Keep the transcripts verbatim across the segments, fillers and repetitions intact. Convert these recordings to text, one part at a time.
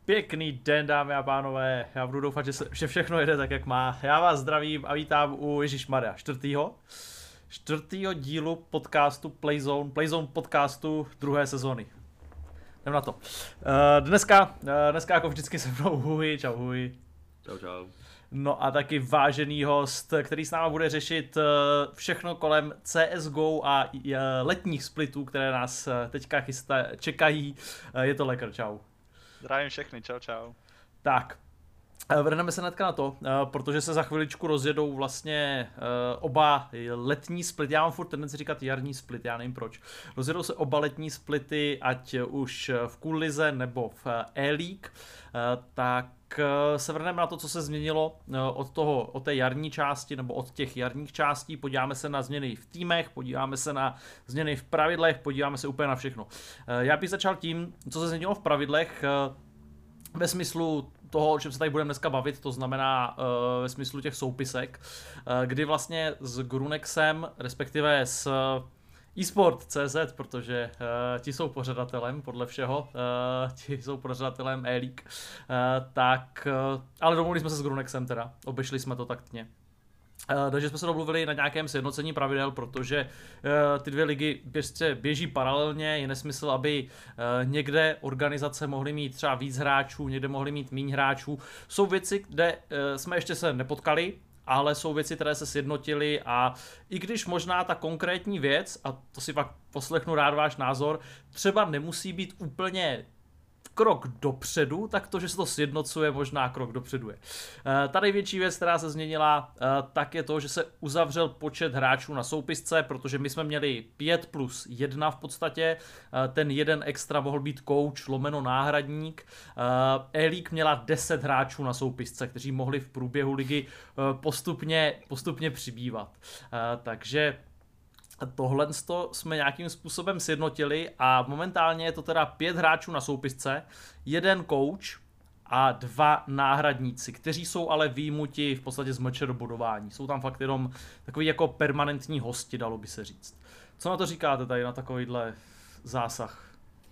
Pěkný den, dámy a pánové, já budu doufat, že, se, že všechno jede tak, jak má. Já vás zdravím a vítám u Ježišmarja čtvrtýho. čtvrtýho dílu podcastu Playzone, Playzone podcastu druhé sezóny. Jdem na to. Uh, dneska, uh, dneska jako vždycky se mnou Huj, čau Huj. Čau, čau. No a taky vážený host, který s náma bude řešit všechno kolem C S G O a letních splitů, které nás teďka chystá, čekají. Je to Lekr, čau. Zdravím všechny, čau, čau. Tak, vrhneme se hnedka na to, protože se za chviličku rozjedou vlastně oba letní splity. Já mám furt tendenci říkat jarní split, já nevím proč. Rozjedou se oba letní splity, ať už v Cool Lize nebo v E-League. Tak se vrhneme na to, co se změnilo od toho, od té jarní části nebo od těch jarních částí. Podíváme se na změny v týmech, podíváme se na změny v pravidlech, podíváme se úplně na všechno. Já bych začal tím, co se změnilo v pravidlech ve smyslu toho, o čem se tady budeme dneska bavit, to znamená uh, ve smyslu těch soupisek, uh, kdy vlastně s Grunexem, respektive s uh, eSport tečka cé zet, protože uh, ti jsou pořadatelem podle všeho, uh, ti jsou pořadatelem E-League, uh, tak, uh, ale domluvili jsme se s Grunexem teda, obešli jsme to taktně. Uh, takže jsme se domluvili na nějakém sjednocení pravidel, protože uh, ty dvě ligy běžce, běží paralelně, je nesmysl, aby uh, někde organizace mohly mít třeba víc hráčů, někde mohly mít míň hráčů. Jsou věci, kde uh, jsme ještě se nepotkali, ale jsou věci, které se sjednotily a i když možná ta konkrétní věc, a to si pak poslechnu rád váš názor, třeba nemusí být úplně krok dopředu, tak to, že se to sjednocuje, možná krok dopředu je. Ta největší věc, která se změnila, tak je to, že se uzavřel počet hráčů na soupisce, protože my jsme měli pět plus jedna v podstatě, ten jeden extra mohl být coach, lomeno náhradník. E-League měla deset hráčů na soupisce, kteří mohli v průběhu ligy postupně, postupně přibývat. Takže tohle jsme nějakým způsobem sjednotili a momentálně je to teda pět hráčů na soupisce, jeden coach a dva náhradníci, kteří jsou ale výjimuti v podstatě z mečer bodování. Jsou tam fakt jenom takový jako permanentní hosti, dalo by se říct. Co na to říkáte tady, na takovýhle zásah?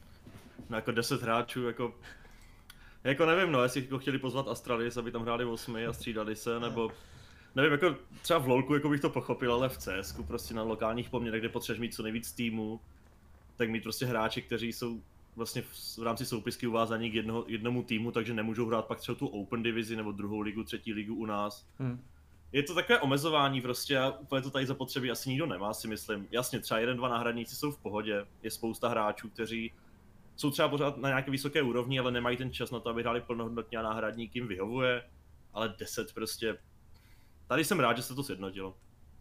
No jako deset hráčů, jako... Jako nevím, no, jestli chtěli pozvat Astralis, aby tam hráli osmi a střídali se, nebo... Nevím, jako třeba v LoLku jako bych to pochopil, ale v CSku prostě na lokálních poměrech, kde potřebuješ mít co nejvíc týmů, tak mít prostě hráči, kteří jsou vlastně v, v rámci soupisky uvázaní k jednoho, jednomu týmu, takže nemůžou hrát pak třeba tu Open divizi nebo druhou ligu, třetí ligu u nás. Hmm. Je to takové omezování prostě a úplně to tady zapotřebí asi nikdo nemá, si myslím. Jasně, třeba jeden, dva náhradníci jsou v pohodě, je spousta hráčů, kteří jsou třeba pořád na nějaké vysoké úrovni, ale nemají ten čas na to, aby hráli plnohodnotně a náhradník jim vyhovuje, ale deset prostě... Tady jsem rád, že se to sjednotilo.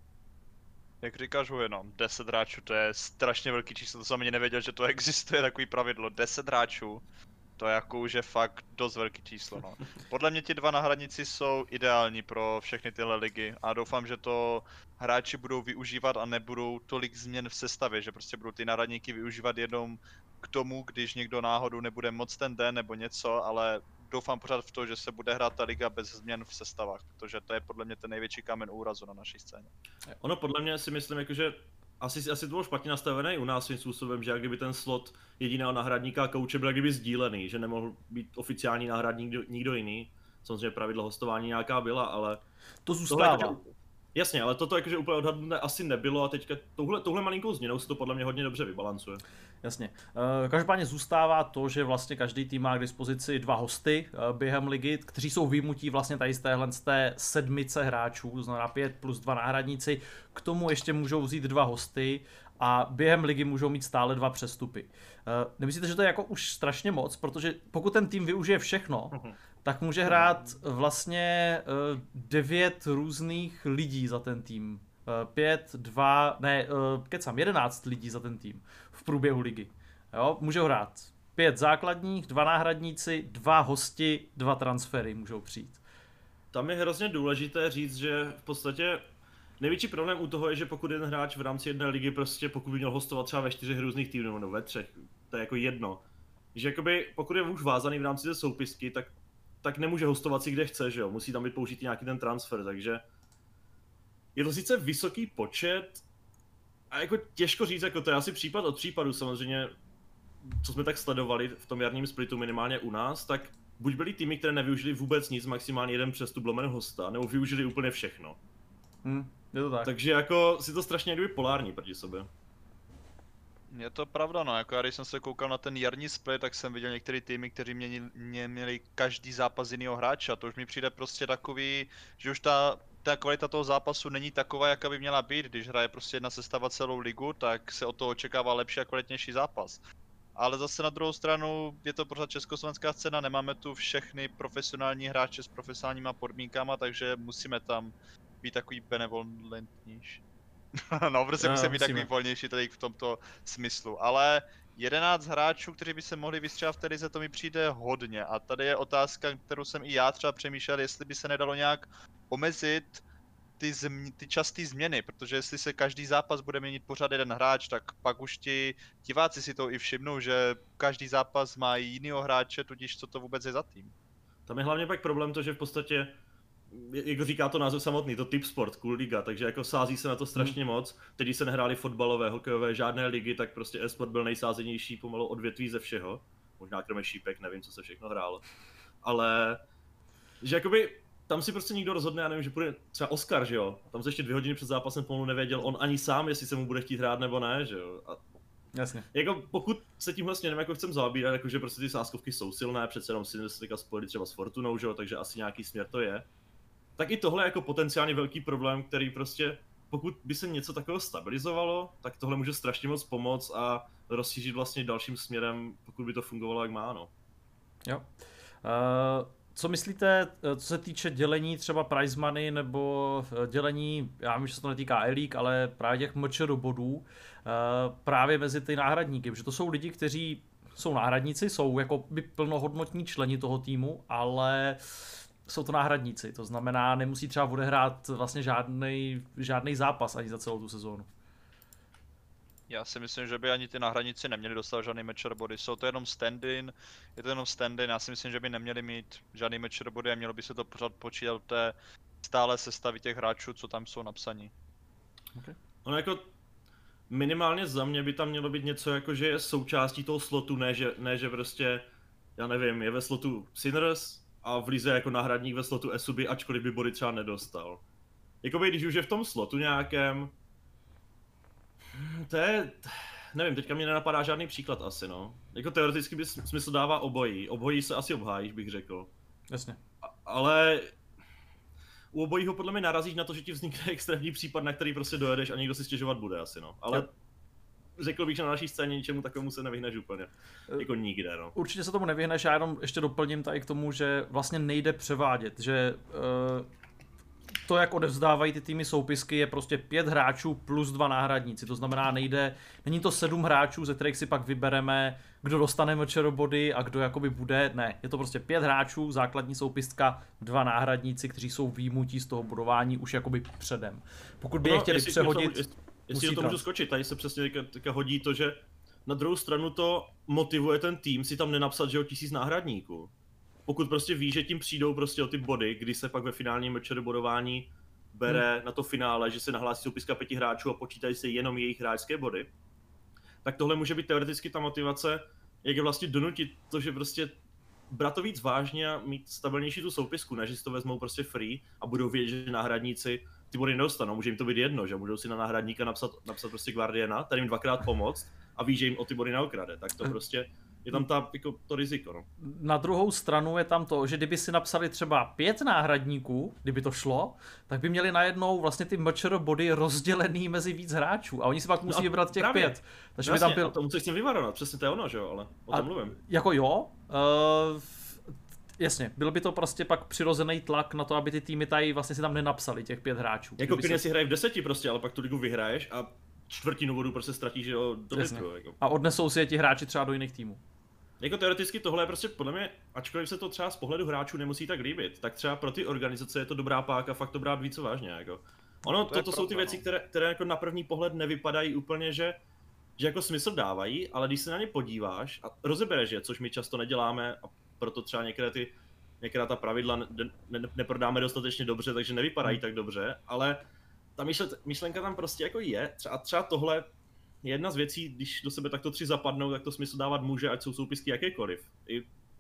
Jak říkáš, jenom deset hráčů, to je strašně velký číslo, to jsem ani nevěděl, že to existuje takový pravidlo. deset hráčů, to je jako už je fakt dost velký číslo, no. Podle mě ti dva náhradníci jsou ideální pro všechny tyhle ligy a doufám, že to hráči budou využívat a nebudou tolik změn v sestavě, že prostě budou ty náhradníky využívat jenom k tomu, když někdo náhodou nebude moc ten den nebo něco, ale doufám pořád v to, že se bude hrát ta liga bez změn v sestavách, protože to je podle mě ten největší kámen úrazu na naší scéně. Ono podle mě si myslím, jakože asi, asi to bylo špatně nastavené u nás svým způsobem, že jak kdyby ten slot jediného náhradníka a kouče byl kdyby sdílený, že nemohl být oficiální náhradník nikdo, nikdo jiný. Samozřejmě pravidlo hostování nějaká byla, ale... To zůstává. Tohle, jasně, ale toto jakože úplně odhadnuté asi nebylo a teďka touhle, touhle malinkou změnou se to podle mě hodně dobře vybalancuje. Jasně. Každopádně zůstává to, že vlastně každý tým má k dispozici dva hosty během ligy, kteří jsou výjimutí vlastně tady z téhle z té sedmice hráčů, to znamená pět plus dva náhradníci. K tomu ještě můžou vzít dva hosty a během ligy můžou mít stále dva přestupy. Nemyslíte, že to je jako už strašně moc, protože pokud ten tým využije všechno, uh-huh. tak může hrát vlastně devět různých lidí za ten tým. Pět, dva, ne, kecám, jedenáct lidí za ten tým v průběhu ligy. Jo, můžou hrát pět základních, dva náhradníci, dva hosti, dva transfery můžou přijít. Tam je hrozně důležité říct, že v podstatě největší problém u toho je, že pokud jeden hráč v rámci jedné ligy prostě pokud by měl hostovat třeba ve čtyřech různých týmů nebo ve třech, to je jako jedno. Že jakoby pokud je už vázaný v rámci té soupisky, tak, tak nemůže hostovat si kde chce, že jo, musí tam být použitý nějaký ten transfer, takže je to sice vysoký počet a jako těžko říct, jako to je asi případ od případu samozřejmě, co jsme tak sledovali v tom jarním splitu minimálně u nás, tak buď byly týmy, které nevyužili vůbec nic, maximálně jeden přestup lomeno hosta, nebo využili úplně všechno. Hmm, je to tak. Takže jako si to strašně kdyby polární proti sobě. Je to pravda, no, jako já když jsem se koukal na ten jarní split, tak jsem viděl některé týmy, kteří měli, mě měli každý zápas jiného hráče a to už mi přijde prostě takový, že už ta, ta kvalita toho zápasu není taková, jaká by měla být, když hraje prostě jedna sestava celou ligu, tak se od toho očekává lepší a kvalitnější zápas. Ale zase na druhou stranu je to pořád československá scéna, nemáme tu všechny profesionální hráče s profesionálníma podmínkama, takže musíme tam být takový benevolentnější. No, prostě No, musíme být musíme. takový volnější tady v tomto smyslu, ale jedenáct hráčů, kteří by se mohli vystřelat v té lize, to mi přijde hodně a tady je otázka, kterou jsem i já třeba přemýšlel, jestli by se nedalo nějak omezit ty, zm- ty časté změny, protože jestli se každý zápas bude měnit pořád jeden hráč, tak pak už ti diváci si to i všimnou, že každý zápas má jinýho hráče, tudíž co to vůbec je za tým. Tam je hlavně pak problém to, že v podstatě, jako říká to název samotný, to typ sport, cool liga, takže jako sází se na to strašně hmm. moc. Teď když se nehrály fotbalové, hokejové, žádné ligy, tak prostě e-sport byl nejsázenější pomalu odvětví ze všeho. Možná kromě šípek, nevím, co se všechno hrálo. Ale, že jakoby, tam si prostě nikdo rozhodne, já nevím, že bude třeba Oscar, že jo? Tam se ještě dvě hodiny před zápasem pomalu nevěděl on ani sám, jestli se mu bude chtít hrát nebo ne, že jo? A Jasně. jako pokud se tím vlastně nevím, jako chcem zabírat, jakože prostě ty sázkovky jsou silné, přece jenom si se teďka spojili třeba s Fortunou, že jo? Takže asi nějaký směr to je. Tak i tohle je jako potenciálně velký problém, který prostě, pokud by se něco takového stabilizovalo, tak tohle může strašně moc pomoct a rozšířit vlastně dalším směrem, pokud by to fungovalo jak má, no. Jo. Uh, co myslíte, co se týče dělení třeba prize money nebo dělení, já vím, že se to netýká E-League, ale právě těch M Č R bodů, uh, právě mezi ty náhradníky, protože to jsou lidi, kteří jsou náhradníci, jsou jako by plnohodnotní členi toho týmu, ale jsou to náhradníci, to znamená, nemusí třeba odehrát vlastně žádný, žádný zápas ani za celou tu sezónu. Já si myslím, že by ani ty náhradníci neměli dostat žádný matcher body, jsou to jenom stand-in, je to jenom stand-in, já si myslím, že by neměli mít žádný matcher body a mělo by se to pořád počítat do té stále sestavy těch hráčů, co tam jsou napsaní. Okay. Ono jako minimálně za mě by tam mělo být něco jako, že je součástí toho slotu, ne že, ne, že prostě, já nevím, je ve slotu Sinners a v lize jako náhradník ve slotu Esuby, ačkoliv by body třeba nedostal. Jakoby když už je v tom slotu nějakém, to je, nevím, teďka mě nenapadá žádný příklad asi, no. Jako teoreticky by smysl dává obojí, obojí se asi obhájíš, bych řekl. Jasně. A, ale u obojího podle mě narazíš na to, že ti vznikne extrémní případ, na který prostě dojedeš a někdo si stěžovat bude asi, no. Ale ja. řekl bych, že na naší scéně ničemu takovému se nevyhneš úplně, jako nikde, no. Určitě se tomu nevyhneš, já jenom ještě doplním tady k tomu, že vlastně nejde převádět, že uh, to, jak odevzdávají ty týmy soupisky, je prostě pět hráčů plus dva náhradníci, to znamená nejde, není to sedm hráčů, ze kterých si pak vybereme, kdo dostane M Č R body a kdo jakoby bude, ne, je to prostě pět hráčů, základní soupistka, dva náhradníci, kteří jsou výjimutí z toho bodování už jakoby předem. Pokud by no, je chtěli jestli, přehodit, jestli, jestli do toho můžu skočit, tady se přesně teďka, teďka hodí to, že na druhou stranu to motivuje ten tým si tam nenapsat, že o tisíc náhradníků. Pokud prostě ví, že tím přijdou prostě o ty body, kdy se pak ve finálním M Č R bodování bere hmm. na to finále, že se nahlásí soupiska pěti hráčů a počítají se jenom jejich hráčské body, tak tohle může být teoreticky ta motivace, jak je vlastně donutit to, že prostě brát to víc vážně a mít stabilnější tu soupisku, než si to vezmou prostě free a budou vědět, že náhradníci ty body nedostanou, může jim to být jedno, že můžou si na náhradníka napsat, napsat prostě Guardiana, tady jim dvakrát pomoct a ví, že jim o ty body neokrade, tak to prostě je tam ta, jako to riziko, no. Na druhou stranu je tam to, že kdyby si napsali třeba pět náhradníků, kdyby to šlo, tak by měli najednou vlastně ty M Č R body rozdělený mezi víc hráčů a oni si pak musí no vybrat těch právě. pět. Takže Jasně, by tam byl... a tomu se chci vyvarovat, přesně to je ono, že jo, ale o tom a, mluvím. Jako jo, uh, jasně, byl by to prostě pak přirozený tlak na to, aby ty týmy tady vlastně si tam nenapsali těch pět hráčů. Jako klidně se... si hraje v deseti prostě, ale pak tu ligu vyhraješ a čtvrtinu bodu prostě ztratíš jo, do litru, jako. A odnesou si je ti hráči třeba do jiných týmů. Jako teoreticky tohle je prostě podle mě, ačkoliv se to třeba z pohledu hráčů nemusí tak líbit, tak třeba pro ty organizace je to dobrá páka fakt to brát více vážně, jako. Ono, to, to, to jsou ty věci, které, které jako na první pohled nevypadají úplně, že, že jako smysl dávají, ale když se na ně podíváš a rozebereš je, což my často neděláme a proto třeba některé ty, některá ta pravidla ne, ne, neprodáme dostatečně dobře, takže nevypadají hmm. tak dobře, ale ta myšlenka tam prostě jako je, třeba, třeba tohle jedna z věcí, když do sebe takto tři zapadnou, tak to smysl dávat může, ať jsou soupisky jakékoliv. I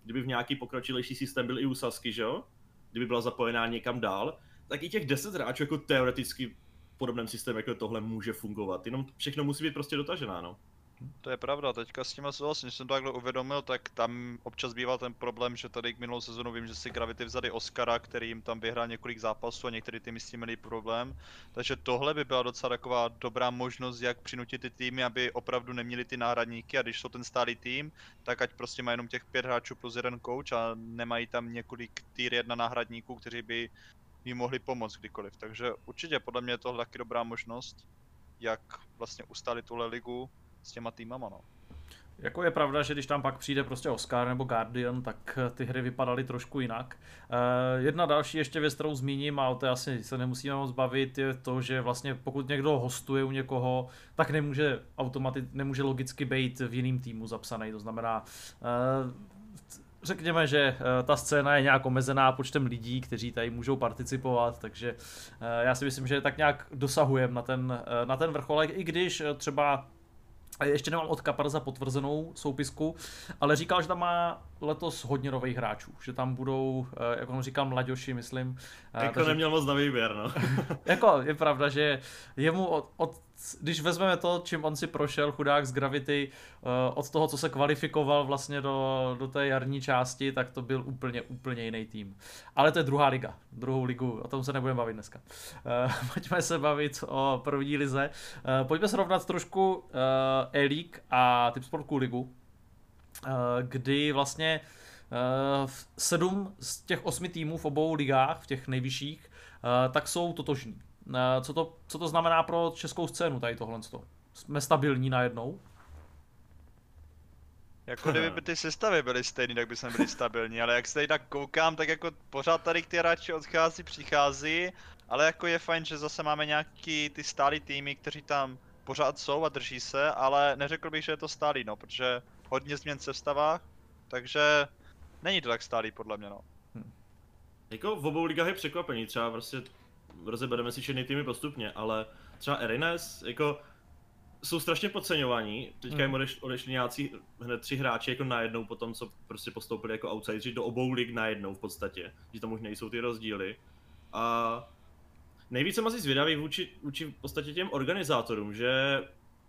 kdyby v nějaký pokročilejší systém byl i u Sasky, že jo? Kdyby byla zapojená někam dál, tak i těch deset hráčů jako teoreticky v podobném systému jako tohle může fungovat, jenom všechno musí být prostě dotažená, no. To je pravda, teďka s tím souhlasím, když jsem to takhle uvědomil, tak tam občas býval ten problém, že tady k minulou sezonu vím, že si Gravity vzali Oscara, který jim tam vyhrál několik zápasů a některý týmy s tím měli problém. Takže tohle by byla docela taková dobrá možnost, jak přinutit ty týmy, aby opravdu neměli ty náhradníky, a když jsou ten stálý tým, tak ať prostě mají jenom těch pět hráčů plus jeden coach a nemají tam několik tier jedna náhradníků, kteří by jim mohli pomoct kdykoliv. Takže určitě podle mě je tohle taky dobrá možnost, jak vlastně ustálit tuhle ligu s těma týmama, no. Jako je pravda, že když tam pak přijde prostě Oscar nebo Guardian, tak ty hry vypadaly trošku jinak. Uh, jedna další ještě věc, kterou zmíním, a o té asi se nemusíme moc bavit, je to, že vlastně pokud někdo hostuje u někoho, tak nemůže automaticky, nemůže logicky být v jiném týmu zapsaný. To znamená, uh, řekněme, že ta scéna je nějak omezená počtem lidí, kteří tady můžou participovat, takže já si myslím, že tak nějak dosahujeme na ten, na ten vrcholek, i když třeba ještě nemám od Kaparza potvrzenou soupisku, ale říkal, že tam má letos hodně nových hráčů, že tam budou, jak on říkal, mladěši, myslím. Jako takže... neměl moc na výběr, no. Jako je pravda, že jemu od, od, když vezmeme to, čím on si prošel, chudák z Gravity, od toho, co se kvalifikoval vlastně do, do té jarní části, tak to byl úplně, úplně jiný tým. Ale to je druhá liga, druhou ligu, o tom se nebudeme bavit dneska. Pojďme se bavit o první lize. Pojďme srovnat trošku E-League a Tipsportku ligu, kdy vlastně sedm z těch osmi týmů v obou ligách, v těch nejvyšších, tak jsou totožní. Co to, co to znamená pro českou scénu tady tohle? Jsme stabilní najednou? Jako kdyby ty sestavy byly stejný, tak by jsme byli stabilní, ale jak se tady tak koukám, tak jako pořád tady ty hráči odchází, přichází, ale jako je fajn, že zase máme nějaký ty stálý týmy, kteří tam pořád jsou a drží se, ale neřekl bych, že je to stálý, no, protože hodně změn v sestavách, takže není to tak stálý podle mě, no. Hm. Jako v obou ligách je překvapení, třeba prostě rozebereme si všechny týmy postupně, ale třeba Erines, jako jsou strašně podceňovaní, teďka jim odeš, odešli nějací hned tři hráči jako najednou po tom, co prostě postoupili jako outsideri do obou lig najednou v podstatě, že tam už nejsou ty rozdíly. A nejvíc jsem asi zvědavý vůči, vůči v podstatě těm organizátorům, že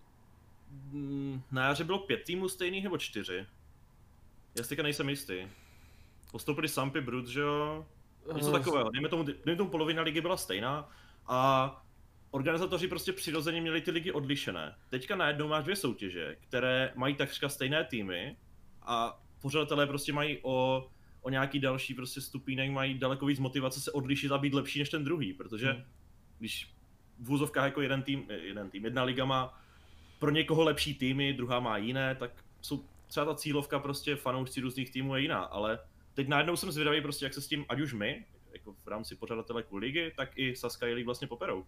na jaře bylo pět týmů stejných nebo čtyři. Já si teďka nejsem jistý. Postoupili Sampy, Brut, že jo? Něco uh, takového, dejme tomu, dejme tomu polovina ligy byla stejná a organizátoři prostě přirozeně měli ty ligy odlišené. Teďka najednou máš dvě soutěže, které mají takřka stejné týmy a pořadatelé prostě mají o, o nějaký další prostě stupínek, mají daleko víc motivace se odlišit a být lepší než ten druhý, protože hmm. když v úzovkách jako jeden tým, jeden tým, jedna liga má pro někoho lepší týmy, druhá má jiné, tak jsou třeba ta cílovka prostě fanoušci různých týmů je jiná, ale teď najednou jsem zvědavý prostě, jak se s tím, ať už my, jako v rámci pořadatele ligy, tak i Saska League vlastně poperou.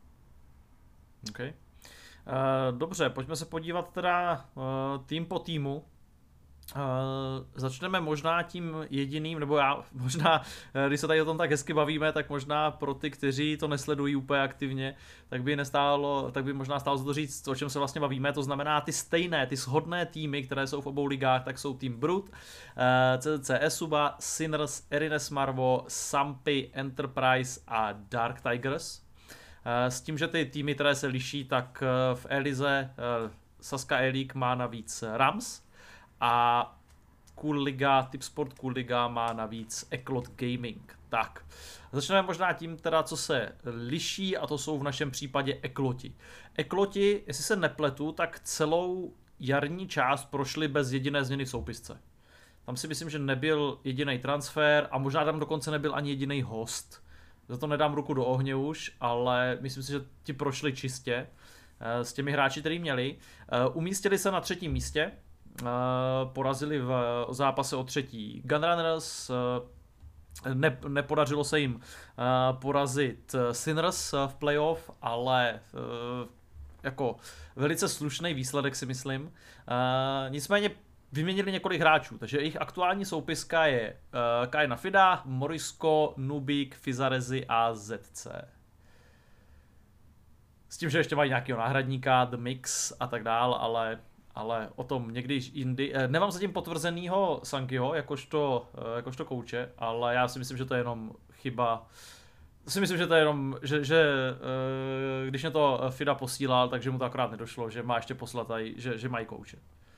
Okay. Uh, dobře, pojďme se podívat teda uh, tým po týmu. Uh, začneme možná tím jediným, nebo já možná, když se tady o tom tak hezky bavíme, tak možná pro ty, kteří to nesledují úplně aktivně, tak by nestálo, tak by možná stálo za to říct, o čem se vlastně bavíme, to znamená ty stejné, ty shodné týmy, které jsou v obou ligách, tak jsou tým Brut, uh, C C C Esuba, Sinners, Erines Marvo, Sampy, Enterprise a Dark Tigers. S tím, že ty týmy, které se liší, tak v E-lize Saska E-League má navíc Rams a Cool Liga, Tipsport Cool Liga má navíc Eklot Gaming. Tak, začneme možná tím teda, co se liší, a to jsou v našem případě Ekloti. Ekloti, jestli se nepletu, tak celou jarní část prošli bez jediné změny v soupisce. Tam si myslím, že nebyl jediný transfer a možná tam dokonce nebyl ani jediný host. Za to nedám ruku do ohně už, ale myslím si, že ti prošli čistě s těmi hráči, který měli. Umístili se na třetím místě, porazili v zápase o třetí Gunrunners, ne, nepodařilo se jim porazit Sinners v playoff, ale jako velice slušný výsledek si myslím. Nicméně vyměnili několik hráčů, takže jejich aktuální soupiska je uh, Kaina Fida, Morisko, Nubik, Fizarezi a Z C. S tím, že ještě mají nějakého náhradníka, The Mix a tak dál, ale ale o tom někdy jindy. Nemám zatím potvrzenýho Sankyho jakožto, jakožto kouče, ale já si myslím, že to je jenom chyba. Si myslím, že to je jenom, že, že když mě to Fida posílal, takže mu to akorát nedošlo, že má ještě poslat aj, že, že mají kouče.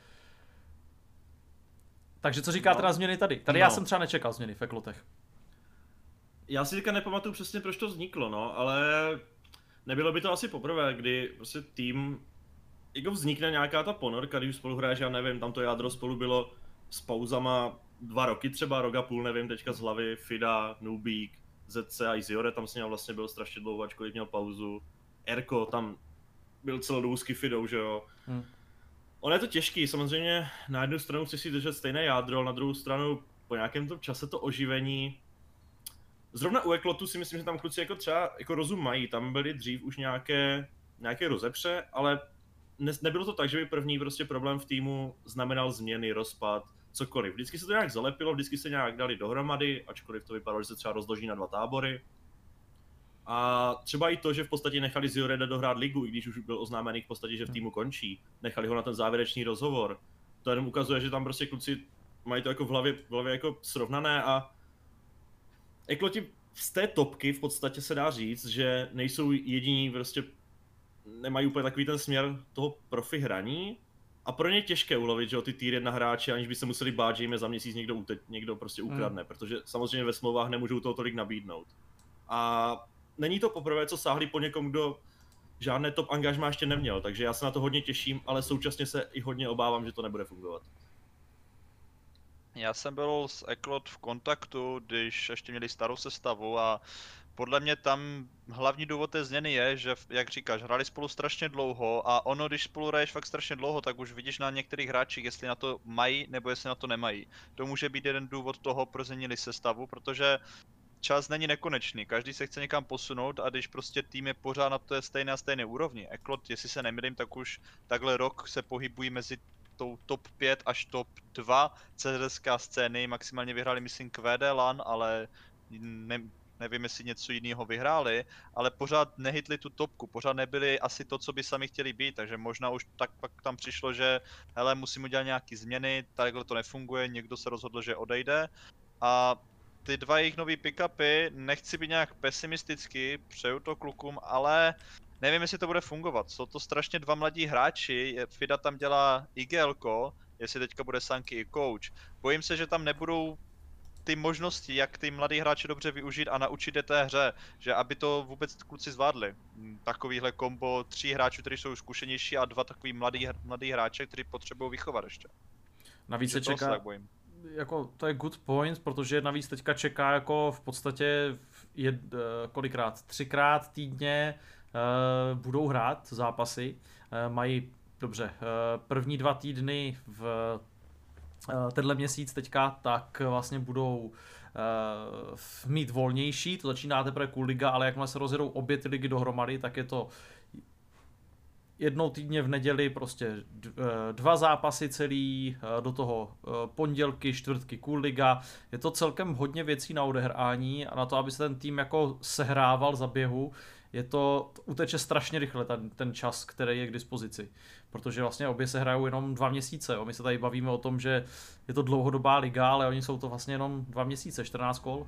Takže co říkáte no. na změny tady? Tady no. Já jsem třeba nečekal změny v Eklotech. Já si teďka nepamatuju přesně, proč to vzniklo, no, ale nebylo by to asi poprvé, kdy prostě tým, jako vznikne nějaká ta ponorka, když spolu hraješ, já nevím, tam to jádro spolu bylo s pauzama dva roky třeba, rok a půl, nevím, teďka z hlavy, Fida, Nubík, Z C a Iziore, tam s ním vlastně byl strašně dlouho, ačkoliv měl pauzu. Erko tam byl celou dobu s Fidou, že jo. Hmm. Ono je to těžký, samozřejmě na jednu stranu chci si držet stejné jádro, ale na druhou stranu po nějakém tom čase to oživení. Zrovna u Eklotu si myslím, že tam kluci jako třeba jako rozum mají, tam byly dřív už nějaké, nějaké rozepře, ale ne, nebylo to tak, že by první prostě problém v týmu znamenal změny, rozpad, cokoliv. Vždycky se to nějak zalepilo, vždycky se nějak dali dohromady, ačkoliv to vypadalo, že se třeba rozloží na dva tábory. A třeba i to, že v podstatě nechali Zioreda dohrát ligu, i když už byl oznámený v podstatě, že v týmu končí. Nechali ho na ten závěrečný rozhovor. To jenom ukazuje, že tam prostě kluci mají to jako v hlavě, v hlavě jako srovnané a Ekloti z té topky v podstatě se dá říct, že nejsou jediní, prostě nemají úplně takový ten směr toho profi hraní. A pro ně je těžké ulovit, že o ty tier jedna hráče, aniž by se museli bát, že jim je za měsíc někdo, ute- někdo prostě ukradne, hmm. protože samozřejmě ve smlouvách nemůžou toho tolik nabídnout. A není to poprvé, co sáhli po někom, kdo žádné top angažmá ještě neměl, takže já se na to hodně těším, ale současně se i hodně obávám, že to nebude fungovat. Já jsem byl s Eklot v kontaktu, když ještě měli starou sestavu a podle mě tam hlavní důvod té změny je, že, jak říkáš, hráli spolu strašně dlouho a ono, když spolu hraješ fakt strašně dlouho, tak už vidíš na některých hráčích, jestli na to mají nebo jestli na to nemají. To může být jeden důvod toho, proč změnili sestavu, protože čas není nekonečný, každý se chce někam posunout a když prostě tým je pořád na té stejné a stejné úrovni. Eklot, jestli se nemýlím, tak už takhle rok se pohybují mezi tou top pět až top dva C S K scény, maximálně vyhráli myslím Q D LAN, ale ne, nevím jestli něco jiného vyhráli, ale pořád nehytli tu topku, pořád nebyli asi to, co by sami chtěli být, takže možná už tak pak tam přišlo, že hele, musím udělat nějaký změny, takhle to nefunguje, někdo se rozhodl, že odejde a ty dva jejich nový pick-upy, nechci být nějak pesimistický, přeju to klukům, ale nevím, jestli to bude fungovat. Jsou to strašně dva mladí hráči, Fida tam dělá I G L ko, jestli teďka bude Sanky i coach. Bojím se, že tam nebudou ty možnosti, jak ty mladí hráči dobře využít a naučit je té hře, že aby to vůbec kluci zvládli. Takovýhle kombo tří hráčů, kteří jsou zkušenější a dva takový mladý, mladý hráče, kteří potřebují vychovat ještě. Navíc se čeká, tak bojím. Jako, to je good point, protože navíc teďka čeká jako v podstatě jed, kolikrát, třikrát týdně uh, budou hrát zápasy. Uh, mají, dobře, uh, první dva týdny v uh, tenhle měsíc teďka, tak vlastně budou uh, mít volnější, to začíná teprve Cool Liga, ale jakmile se rozjedou obě ty ligy dohromady, tak je to jednou týdně v neděli prostě dva zápasy celý, do toho pondělky, čtvrtky Cool Liga. Je to celkem hodně věcí na odehrání a na to, aby se ten tým jako sehrával za běhu, je to, uteče strašně rychle ten, ten čas, který je k dispozici. Protože vlastně obě se hrajou jenom dva měsíce. Jo. My se tady bavíme o tom, že je to dlouhodobá liga, ale oni jsou to vlastně jenom dva měsíce, čtrnáct kol.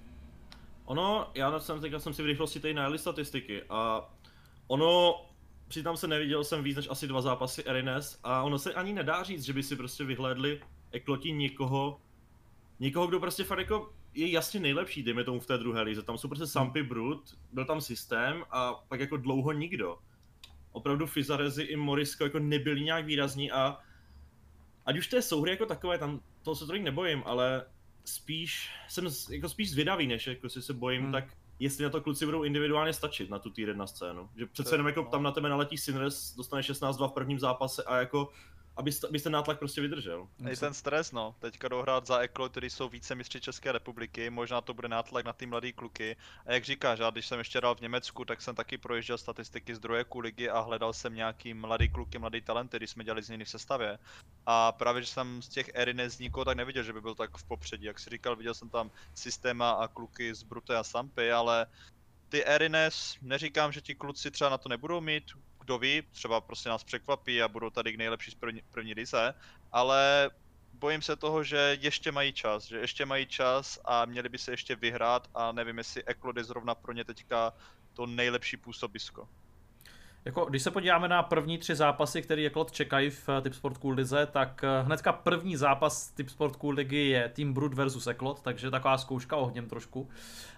Ono, já jsem, teďka jsem si v rychlosti tady najeli statistiky a ono, přitom se neviděl jsem víc než asi dva zápasy Arines a ono se ani nedá říct, že by si prostě vyhlédli Ekloti někoho, někoho, kdo prostě fakt jako je jasně nejlepší, dejme tomu v té druhé lize. Tam jsou prostě Sampy Brut, byl tam systém a pak jako dlouho nikdo. Opravdu Fizarezi i Morisko jako nebyli nějak výrazní a ať už té souhry jako takové, tam toho se tolik nebojím, ale spíš jsem jako spíš zvědavý, než jako si se bojím, hmm. tak jestli na to kluci budou individuálně stačit na tu tier jedna scénu. Že přece jenom jako tam na tebe naletí Sinres, dostane šestnáct dva v prvním zápase a jako abys, abys ten nátlak prostě vydržel. I ten stres, no. Teďka dohrát za Eklo, který jsou více mistři České republiky, možná to bude nátlak na ty mladý kluky. A jak říkáš, já když jsem ještě dal v Německu, tak jsem taky projížděl statistiky z druhé ligy a hledal jsem nějaký mladý kluky, mladý talenty, když jsme dělali změny v sestavě. A právě, že jsem z těch Arines nikoho tak neviděl, že by byl tak v popředí. Jak jsi říkal, viděl jsem tam Systéma a kluky z Brute a Sampy, ale ty Arines, neříkám, že ti kluci třeba na to nebudou mít. kdo ví, třeba prostě nás překvapí a budou tady nejlepší z první, první lize, ale bojím se toho, že ještě mají čas, že ještě mají čas a měli by se ještě vyhrát a nevím, jestli Eklod je zrovna pro ně teďka to nejlepší působisko. Jako, když se podíváme na první tři zápasy, které Eklod čekají v Tipsport Cool Lize, tak hnedka první zápas Tipsport Cool Ligy je Team Brut versus Eklod, takže taková zkouška ohněm trošku.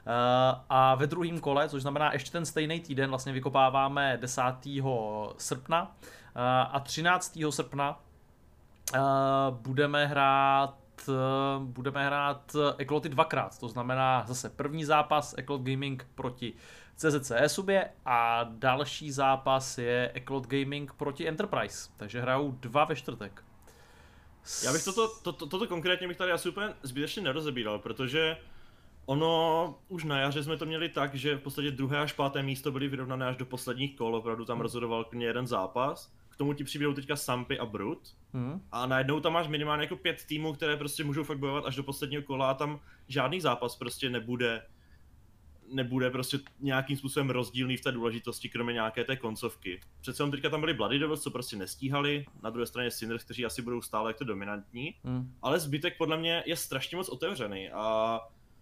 A ve druhém kole, což znamená ještě ten stejný týden, vlastně vykopáváme desátého srpna a třináctého srpna budeme hrát budeme hrát Ekloty dvakrát, to znamená zase první zápas Eklod Gaming proti C Z C e-subě a další zápas je Eklod Gaming proti Enterprise, takže hrajou dva ve čtvrtek. Já bych toto, to, to, toto konkrétně bych tady asi úplně zbytečně nerozebíral, protože ono už na jaře jsme to měli tak, že v podstatě druhé až páté místo byly vyrovnané až do posledních kol, opravdu tam rozhodoval klidně jeden zápas. K tomu ti přibydou teďka Sampy a Brut. Hmm. A najednou tam máš minimálně jako pět týmů, které prostě můžou fakt bojovat až do posledního kola a tam žádný zápas prostě nebude nebude prostě nějakým způsobem rozdílný v té důležitosti, kromě nějaké té koncovky. Přece jenom teďka tam byli Bloody Devils, co prostě nestíhali, na druhé straně Sinners, kteří asi budou stále jako dominantní, hmm. ale zbytek podle mě je strašně moc otevřený a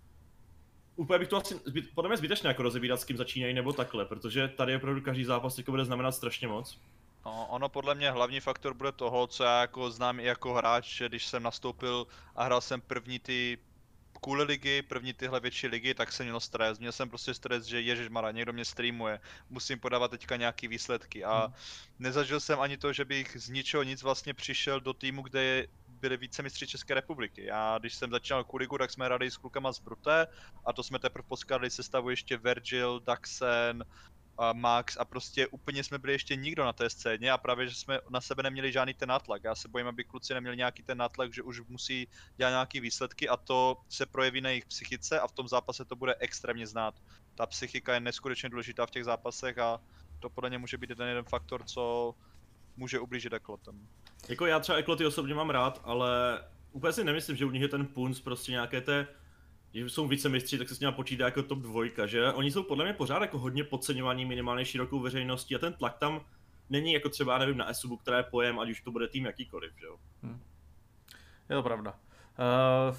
úplně bych to asi, zbyt, podle mě zbytečné jako rozebírat, s kým začínají nebo takhle, protože tady opravdu každý zápas jako bude znamenat strašně moc. No, ono podle mě hlavní faktor bude toho, co já jako znám i jako hráč, že když jsem nastoupil a hrál jsem první ty cool ligy, první tyhle větší ligy, tak jsem měl stres. Měl jsem prostě stres, že ježišmarja, někdo mě streamuje, musím podávat teďka nějaký výsledky a hmm. nezažil jsem ani to, že bych z ničeho nic vlastně přišel do týmu, kde byli vícemistři České republiky. Já, když jsem začínal cool ligu, tak jsme hráli s klukama z Brute a to jsme teprve poskladali sestavu ještě Virgil, Daxen, a Max a prostě úplně jsme byli ještě nikdo na té scéně a právě, že jsme na sebe neměli žádný ten nátlak. Já se bojím, aby kluci neměli nějaký ten nátlak, že už musí dělat nějaký výsledky a to se projeví na jejich psychice a v tom zápase to bude extrémně znát. Ta psychika je neskutečně důležitá v těch zápasech a to podle mě může být ten jeden faktor, co může ublížit Eklotem. Jako já třeba Ekloty osobně mám rád, ale úplně si nemyslím, že u nich je ten punc prostě nějaké té, že jsou vicemistři, tak se s nimi počítá jako top dvojka, že? Oni jsou podle mě pořád jako hodně podceňovaní minimálně širokou veřejností a ten tlak tam není jako třeba, já nevím, na e-subu, která je pojem, ať už to bude tým jakýkoliv, že jo? Hmm. Je to pravda. Uh,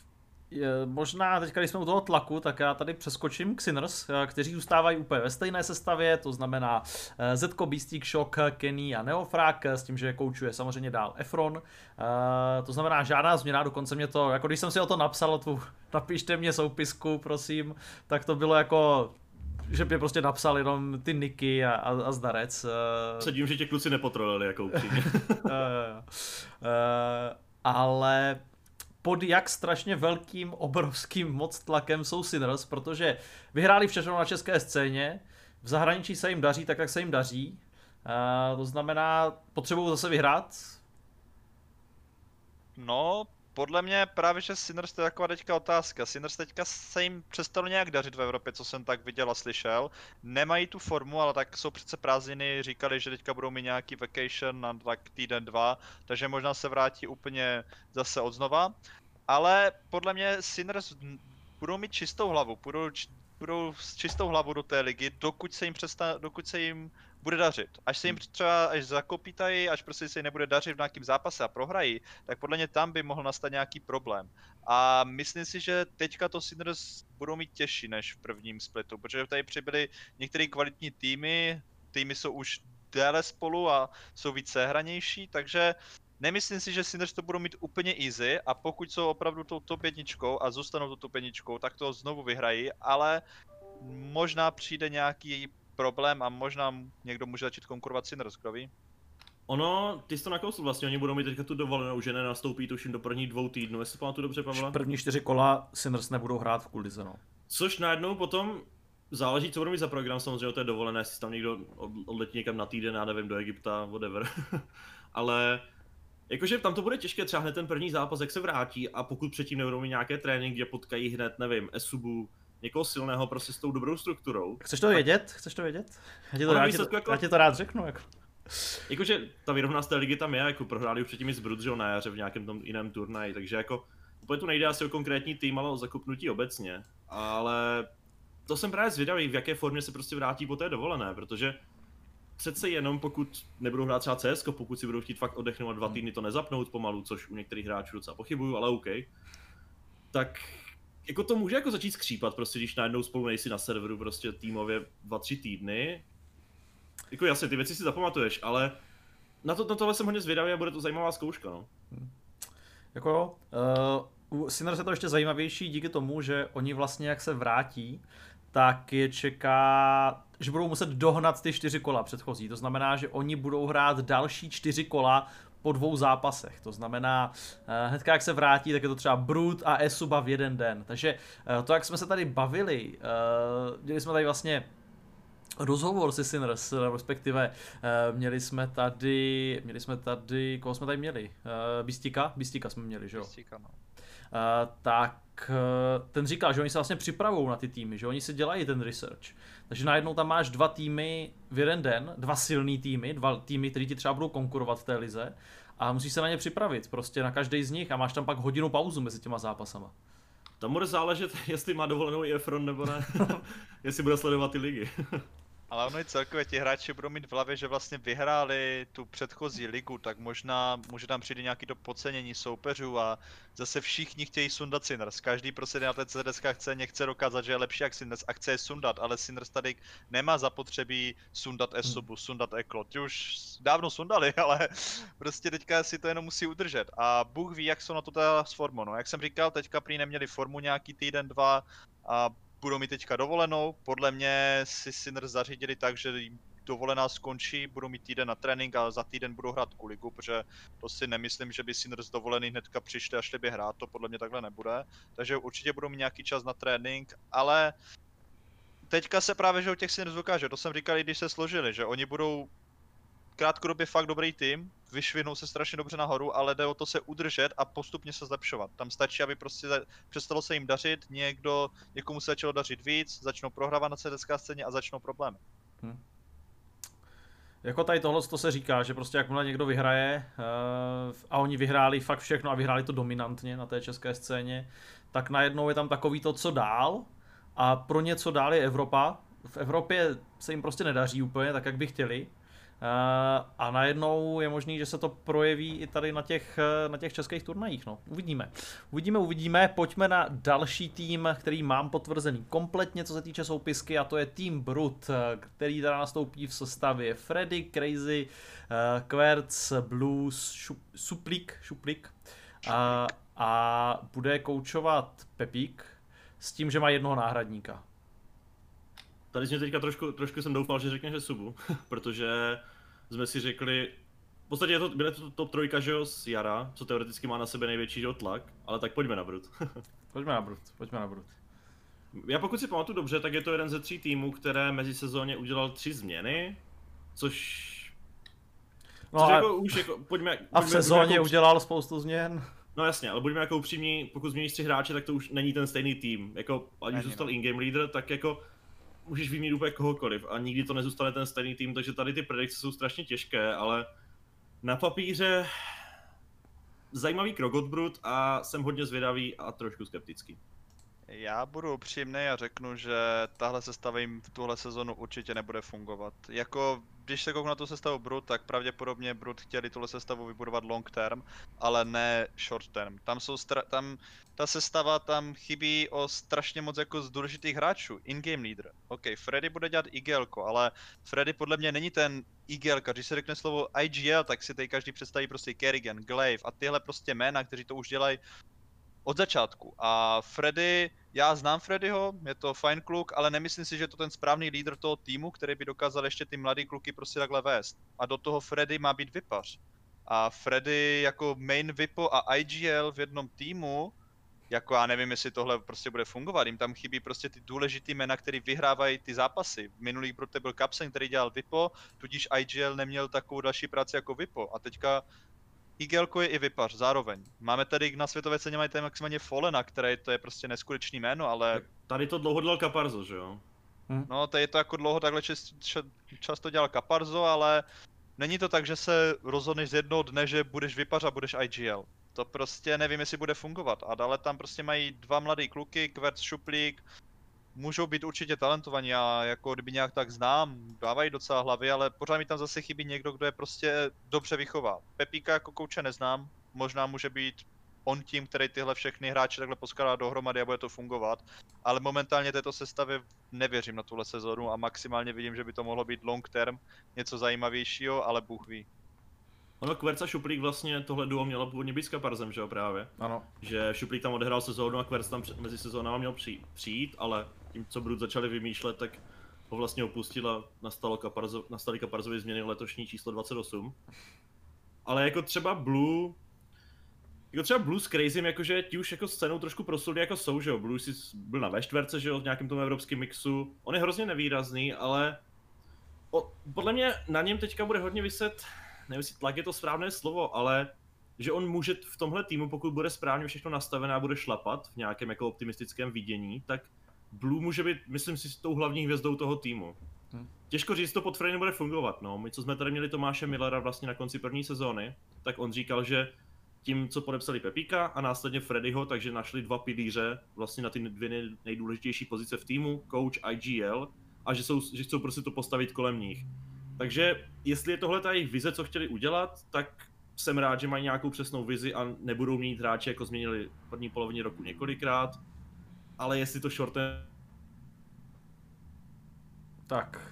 je, možná teď, když jsme u toho tlaku, tak já tady přeskočím k Sinners, kteří zůstávají úplně ve stejné sestavě, to znamená Zetko, Beastík, Shock, Kenny a Neofrak, s tím, že koučuje samozřejmě dál Efron. Uh, to znamená žádná změna, dokonce mě to, jako když jsem si o to napsal, tu napište mě soupisku, prosím, tak to bylo jako, že mě prostě napsal jenom ty niky a, a, a zdarec. Uh, Se dím, že tě kluci nepotrolili jako upřímně. uh, uh, ale pod jak strašně velkým, obrovským moc tlakem jsou Sinners, protože vyhráli všechno na české scéně, v zahraničí se jim daří tak, jak se jim daří. Uh, to znamená, potřebují zase vyhrát? No, podle mě právě, že Sinners to je taková teďka otázka. Sinners teďka se jim přestalo nějak dařit v Evropě, co jsem tak viděl a slyšel. Nemají tu formu, ale tak jsou přece prázdniny, říkali, že teďka budou mít nějaký vacation na tak týden, dva, takže možná se vrátí úplně zase odznova. Ale podle mě Sinners budou mít čistou hlavu, budou, budou s čistou hlavou do té ligy, dokud se jim, přesta, dokud se jim bude dařit. Až se jim třeba až zakopítají, až prostě se jim nebude dařit v nějakém zápase a prohrají, tak podle mě tam by mohl nastat nějaký problém. A myslím si, že teďka to Sinners budou mít těžší než v prvním splitu, protože tady přibyly některé kvalitní týmy, týmy jsou už déle spolu a jsou víc sehranější, takže nemyslím si, že Sinners to budou mít úplně easy a pokud jsou opravdu tou top jedničkou a zůstanou tou top jedničkou, tak to znovu vyhrají, ale možná přijde nějaký problém a možná někdo může začít konkurovat Sinners, kdo ví? Ono, ty jsi to nakousl vlastně, oni budou mít teďka tu dovolenou, že nenastoupí tuším do prvních dvou týdnů, jestli pamatuju dobře, Pavla? První čtyři kola Sinners nebudou hrát v cool lize, no. Což najednou potom záleží, co budou mít za program, samozřejmě o té dovolené, jestli tam někdo odletí někam na týden, já nevím, do Egypta, whatever. Ale jakože tam to bude těžké, třeba hned ten první zápas, jak se vrátí a pokud předtím nebudou mít nějaké tréninky, kde potkají hned, nevím, e-subu, někoho silného prostě s tou dobrou strukturou. Chceš to vědět? Chceš to vědět? Já ti to, rád, to, jako, já ti to rád řeknu. Jako. Jakože ta vyrovnanost té ligy tam je, jako prohráli už předtím i z Brut, že na jaře v nějakém tom jiném turnaji, takže jako úplně tu nejde asi o konkrétní tým, ale o zakopnutí obecně. Ale to jsem právě zvědavý, v jaké formě se prostě vrátí po té dovolené, protože přece jenom pokud nebudou hrát třeba C S, pokud si budou chtít fakt oddechnout a dva týdny to nezapnout pomalu, což u některých hráčů docela pochybuju, ale OK, tak jako to může jako začít skřípat, prostě když najednou spolu nejsi na serveru prostě týmově dva, tři týdny. Jako jasně, ty věci si zapamatuješ, ale na, to, na tohle jsem hodně zvědavý a bude to zajímavá zkouška, no. Hmm. Jako jo, uh, u Sinners je to ještě zajímavější díky tomu, že oni vlastně jak se vrátí, tak je čeká, že budou muset dohnat ty čtyři kola předchozí. To znamená, že oni budou hrát další čtyři kola po dvou zápasech. To znamená, uh, hnedka jak se vrátí, tak je to třeba Brut a Esuba v jeden den. Takže uh, to, jak jsme se tady bavili, uh, měli jsme tady vlastně rozhovor se Sinners, respektive uh, měli jsme tady, měli jsme tady, koho jsme tady měli? Uh, Bistika? Bistika jsme měli, že jo? Bistika, no. Uh, tak uh, ten říkal, že oni se vlastně připravují na ty týmy, že oni si dělají ten research. Takže najednou tam máš dva týmy v jeden den, dva silný týmy, dva týmy, který ti třeba budou konkurovat v té lize a musíš se na ně připravit, prostě na každý z nich a máš tam pak hodinu pauzu mezi těma zápasama. Tam bude záležet, jestli má dovolenou i Efron nebo ne, jestli bude sledovat ty ligy. Ale ono i celkově ti hráči budou mít v hlavě, že vlastně vyhráli tu předchozí ligu, tak možná může tam přijít nějaký to podcenění soupeřů a zase všichni chtějí sundat Sinners. Každý prostě na té C D S chce, nechce dokázat, že je lepší jak Sinners a chce je sundat, ale Sinners tady nemá zapotřebí sundat Esubu, sundat Eklo. Ti už dávno sundali, ale prostě teďka si to jenom musí udržet. A Bůh ví, jak jsou na to teda s formou. No, jak jsem říkal, teďka prý neměli formu nějaký týden, dva a budou mít teďka dovolenou, podle mě si Sinners zařídili tak, že jim dovolená skončí, budou mít týden na trénink a za týden budou hrát tu ligu, protože to si nemyslím, že by Sinners dovolený hnedka přišli a šli by hrát, to podle mě takhle nebude. Takže určitě budou mít nějaký čas na trénink, ale teďka se právě, že u těch Sinners dokáže, to jsem říkal, i když se složili, že oni budou krátkodobě fakt dobrý tým, vyšvihnou se strašně dobře nahoru, ale jde o to se udržet a postupně se zlepšovat. Tam stačí, aby prostě přestalo se jim dařit, někdo, někomu se začalo dařit víc, začnou prohrávat na C D S scéně a začnou problémy. Hmm. Jako tady tohle to se říká, že prostě jakmile někdo vyhraje uh, a oni vyhráli fakt všechno a vyhráli to dominantně na té české scéně, tak najednou je tam takový to, co dál a pro ně co dál je Evropa. V Evropě se jim prostě nedaří úplně tak, jak by chtěli. Uh, a najednou je možný, že se to projeví i tady na těch, na těch českých turnajích, no. Uvidíme. Uvidíme, uvidíme. Pojďme na další tým, který mám potvrzený kompletně, co se týče soupisky, a to je tým Brut, který teda nastoupí v sestavě Freddy, Crazy, uh, Querc, Blues, šup, Suplik, Šuplik a, a bude koučovat Pepík s tím, že má jednoho náhradníka. Tady jsme teďka trošku, trošku jsem doufal, že řekne, že Subu, protože jsme si řekli, v podstatě je to, bude to top trojka, že jo, z jara, co teoreticky má na sebe největší tlak, ale tak pojďme na Brut. Pojďme na Brut, pojďme na Brut. Já pokud si pamatuju dobře, tak je to jeden ze tří týmů, které mezi sezóně udělal tři změny, což... No což a, jako už jako, pojďme, a pojďme, v sezóně pojďme jako, udělal spoustu změn. No jasně, ale buďme jako upřímní, pokud změníš tři hráče, tak to už není ten stejný tým. Jako, ať už zůstal in-game leader, tak jako můžeš vyměnit úplně kohokoliv a nikdy to nezůstane ten stejný tým, takže tady ty predikce jsou strašně těžké, ale na papíře zajímavý krok od Brut a jsem hodně zvědavý a trošku skeptický. Já budu upřímný a řeknu, že tahle sestava jim v tuhle sezonu určitě nebude fungovat. Jako, když se kouknu na tu sestavu Brut, tak pravděpodobně Brut chtěli tuhle sestavu vybudovat long term, ale ne short term. Tam jsou stra- tam, ta sestava tam chybí o strašně moc jako z důležitých hráčů. In-game leader. OK, Freddy bude dělat I G L ko, ale Freddy podle mě není ten I G L ka. Když se řekne slovo I G L, tak si tady každý představí prostě Kerrigan, Glaive a tyhle prostě jména, kteří to už dělají od začátku. A Freddy, já znám Freddyho, je to fajn kluk, ale nemyslím si, že je to ten správný lídr toho týmu, který by dokázal ještě ty mladý kluky prostě takhle vést. A do toho Freddy má být vypař. A Freddy jako main Vipo a I G L v jednom týmu, jako já nevím, jestli tohle prostě bude fungovat, jim tam chybí prostě ty důležitý jména, který vyhrávají ty zápasy. V minulých Brutech byl Capsen, který dělal Vipo, tudíž I G L neměl takovou další práci jako Vipo. A teďka I G L ko je i vypař, zároveň. Máme tady na světové ceně mají tady maximálně Fallena, který to je prostě neskutečný jméno, ale... Tady to dlouho dělal Caparzo, že jo? Hm. No, tady je to jako dlouho takhle čas, často dělal Caparzo, ale není to tak, že se rozhodneš z jednoho dne, že budeš vypař a budeš I G L. To prostě nevím, jestli bude fungovat. A dále tam prostě mají dva mladý kluky, Querc, Šuplík. můžou být určitě talentovaní, já jako kdyby nějak tak znám, dávají docela hlavy, ale pořád mi tam zase chybí někdo, kdo je prostě dobře vychová. Pepíka jako kouče neznám, možná může být on tím, který tyhle všechny hráče takhle poskládá dohromady a bude to fungovat, ale momentálně této sestavě nevěřím na tuhle sezonu a maximálně vidím, že by to mohlo být long term, něco zajímavějšího, ale Bůh ví. Ono Querc a Šuplík vlastně tohle duo mělo původně být s Kaparzem, že jo právě? Ano. Že Šuplík tam odehrál sezónu a Querc tam mezi sezónama měl přijít, přijít, ale tím, co Brut začali vymýšlet, tak ho vlastně opustil a nastalo Kaparzo, nastaly Kaparzovy změny letošní číslo dvacet osm. Ale jako třeba Blue, jako třeba Blue s Crazym, jakože ti už jako scénou trošku prosluli jako jsou, že jo? Blue si byl na vé čtyři, že jo, v nějakém tom evropském mixu. On je hrozně nevýrazný, ale o, podle mě na něm teďka bude hodně vyset, nevím, jestli tlak je to správné slovo, ale že on může v tomhle týmu, pokud bude správně všechno nastavené a bude šlapat v nějakém jako optimistickém vidění, tak Blue může být, myslím si, tou hlavní hvězdou toho týmu. Hmm. Těžko říct, to pod Freddy bude fungovat, no. My, co jsme tady měli Tomáše Millera vlastně na konci první sezóny, tak on říkal, že tím, co podepsali Pepíka a následně Freddyho, takže našli dva pilíře vlastně na ty dvě nejdůležitější pozice v týmu, coach I G L, a že, jsou, že chcou prostě to postavit kolem nich. Takže jestli je tohle ta jejich vize, co chtěli udělat, tak jsem rád, že mají nějakou přesnou vizi a nebudou mít hráči, jako změnili v první polovině roku několikrát, ale jestli to shortem... Tak.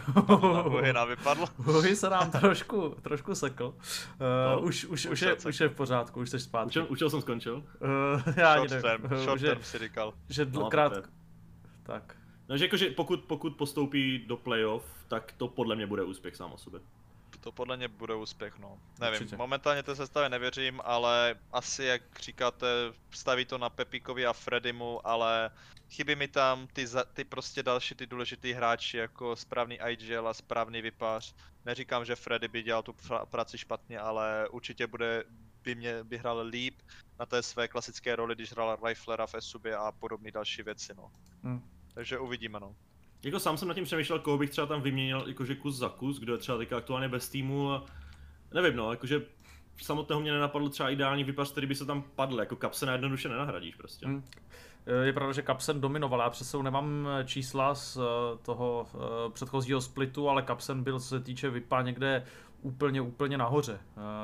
Uhina vypadlo. Uhy se nám trošku, trošku sekl. Uh, no, už, už, už, je, už je v pořádku, už jsi zpátky. Učil, učil jsem skončil? Uh, já short nevím. term, Uh, short že, term si říkal. Že No, krát... tak. tak. No, že jakože pokud, pokud postoupí do playoff, tak to podle mě bude úspěch sám o sobě. To podle mě bude úspěch, no. Nevím, Určitě. momentálně té sestavě nevěřím, ale asi, jak říkáte, staví to na Pepíkovi a Freddymu, ale chybí mi tam ty, za, ty prostě další ty důležitý hráči, jako správný I G L a správný vypař. Neříkám, že Freddy by dělal tu práci špatně, ale určitě bude, by, mě, by hrál líp na té své klasické roli, když hrál Riflera v Esubě a podobné další věci, no. Hmm. Takže uvidíme, no. Jako sám jsem nad tím přemýšlel, koho bych třeba tam vyměnil jakože kus za kus, kdo je třeba teďka aktuálně bez týmu a nevím, no, jakože samotného mě nenapadl třeba ideální vypař, který by se tam padl, jako Capsena jednoduše nenahradíš prostě. Hmm. Je pravda, že Capsen dominoval, já přesou nemám čísla z toho předchozího splitu, ale Capsen byl, co se týče vypa, někde úplně, úplně nahoře.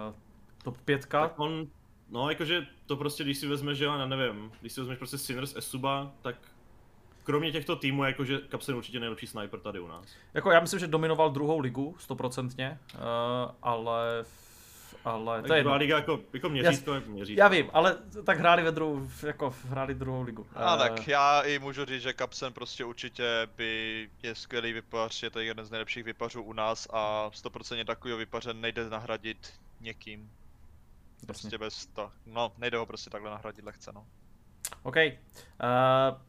Top pětka. Tak on, no jakože to prostě, když si vezmeš, že jo, nevím, když si vezmeš prostě Sinners, Esuba, tak kromě těchto týmů, jakože Capsen určitě nejlepší sniper tady u nás. Jako já myslím, že dominoval druhou ligu, stoprocentně, uh, ale... ale tak to je druhá liga jako, jako měřítko, jako měřítko. Já vím, ale tak hráli ve druhou, jako hráli druhou ligu. A uh, tak já i můžu říct, že Capsen prostě určitě by je skvělý vypař, je to jeden z nejlepších vypařů u nás a sto procent takového vypaře nejde nahradit někým. Prostě Jasně. bez to, no nejde ho prostě takhle nahradit lehce, no. OK. Uh...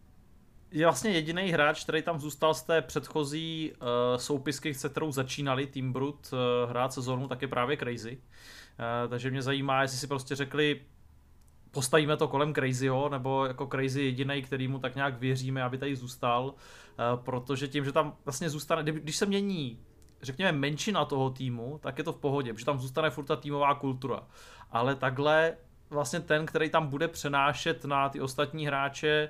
Je vlastně jediný hráč, který tam zůstal z té předchozí uh, soupisky, se kterou začínali Team Brut uh, hrát sezónu, tak je právě Crazy. Uh, takže mě zajímá, jestli si prostě řekli, postavíme to kolem Crazyho, nebo jako Crazy jediný, kterýmu tak nějak věříme, aby tady zůstal. Uh, protože tím, že tam vlastně zůstane, když se mění, řekněme, menšina toho týmu, tak je to v pohodě, protože tam zůstane furt ta týmová kultura. Ale takhle vlastně ten, který tam bude přenášet na ty ostatní hráče,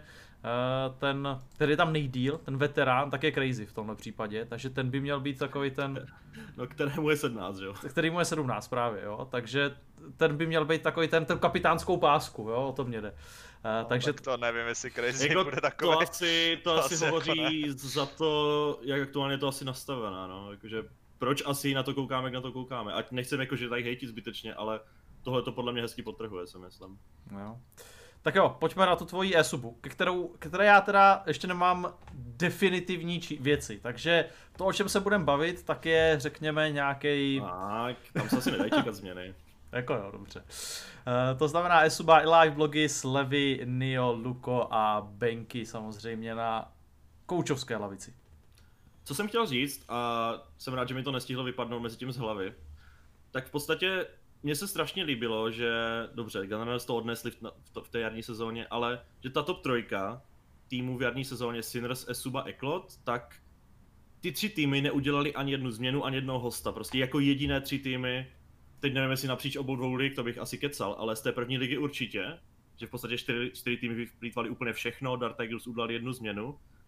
ten, který je tam nejdýl, ten veterán, tak je Crazy v tomhle případě, takže ten by měl být takový ten... No kterému je sedmnáct, jo? Kterému je sedmnáct právě, jo, takže ten by měl být takový ten, ten kapitánskou pásku, jo, o to mě jde. No, takže tak to nevím, jestli Crazy jako bude takový. To asi, to asi, asi hovoří jako za to, jak aktuálně to asi nastavená, no, jakože proč asi na to koukáme, jak na to koukáme, ať nechceme jakože tady hejtit zbytečně, ale tohle to podle mě hezky podtrhuje, si myslím. Jo. Tak jo, pojďme na tu tvoji e-subu, ke kterou, které já teda ještě nemám definitivní či- věci, takže to, o čem se budeme bavit, tak je, řekněme, nějaký. Tak, tam se asi nedají čekat změny. Jako jo, dobře. Uh, to znamená e-suba i live blogy s Levy, Nio, Luko a Benky samozřejmě na koučovské lavici. Co jsem chtěl říct, a jsem rád, že mi to nestihlo vypadnout mezi tím z hlavy, tak v podstatě mně se strašně líbilo, že, dobře, Gunners to odnesli v, v té jarní sezóně, ale že ta top trojka týmů v jarní sezóně Sinners, Esuba, Eklot, tak ty tři týmy neudělali ani jednu změnu, ani jednoho hosta, prostě jako jediné tři týmy, teď nevím jestli napříč obou dvou lig, to bych asi kecal, ale z té první ligy určitě, že v podstatě čtyři, čtyři týmy vyplýtvali úplně všechno, Dark Eagles udělali jednu změnu,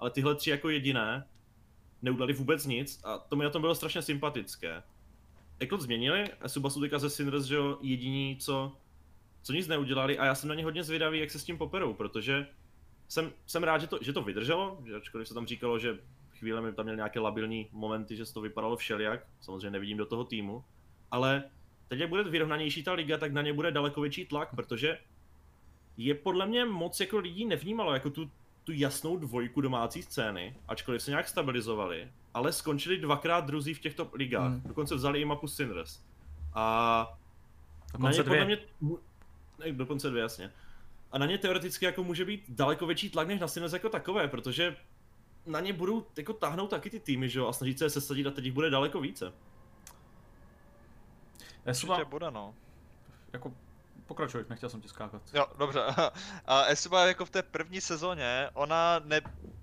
ale tyhle tři jako jediné neudělali vůbec nic a to mi na tom bylo strašně sympatické. Ekot změnili, Esuba jsou teďka ze Cinders, že jo, jediní, co, co nic neudělali a já jsem na ně hodně zvědavý, jak se s tím poperou, protože jsem, jsem rád, že to, že to vydrželo, že ačkoliv se tam říkalo, že chvílemi tam měl nějaké labilní momenty, že to vypadalo všelijak, samozřejmě nevidím do toho týmu, ale teď jak bude vyrovnanější ta liga, tak na ně bude daleko větší tlak, protože je podle mě moc jako lidí nevnímalo jako tu, tu jasnou dvojku domácí scény, ačkoliv se nějak stabilizovali, ale skončili dvakrát druzí v těchto ligách, hmm. dokonce vzali i mapu Cinders. A dokonce na ně dvě. podle mě, ne, dokonce dvě, jasně. A na ně teoreticky jako může být daleko větší tlak než na Cinders jako takové, protože na ně budou jako táhnout taky ty týmy, že jo, a snažit se je sesadit a teď jich bude daleko více. Esuba... Určitě bude, no. Jako, pokračuj, nechtěl jsem ti skákat. Jo, dobře. A Esuba jako v té první sezóně, ona ne...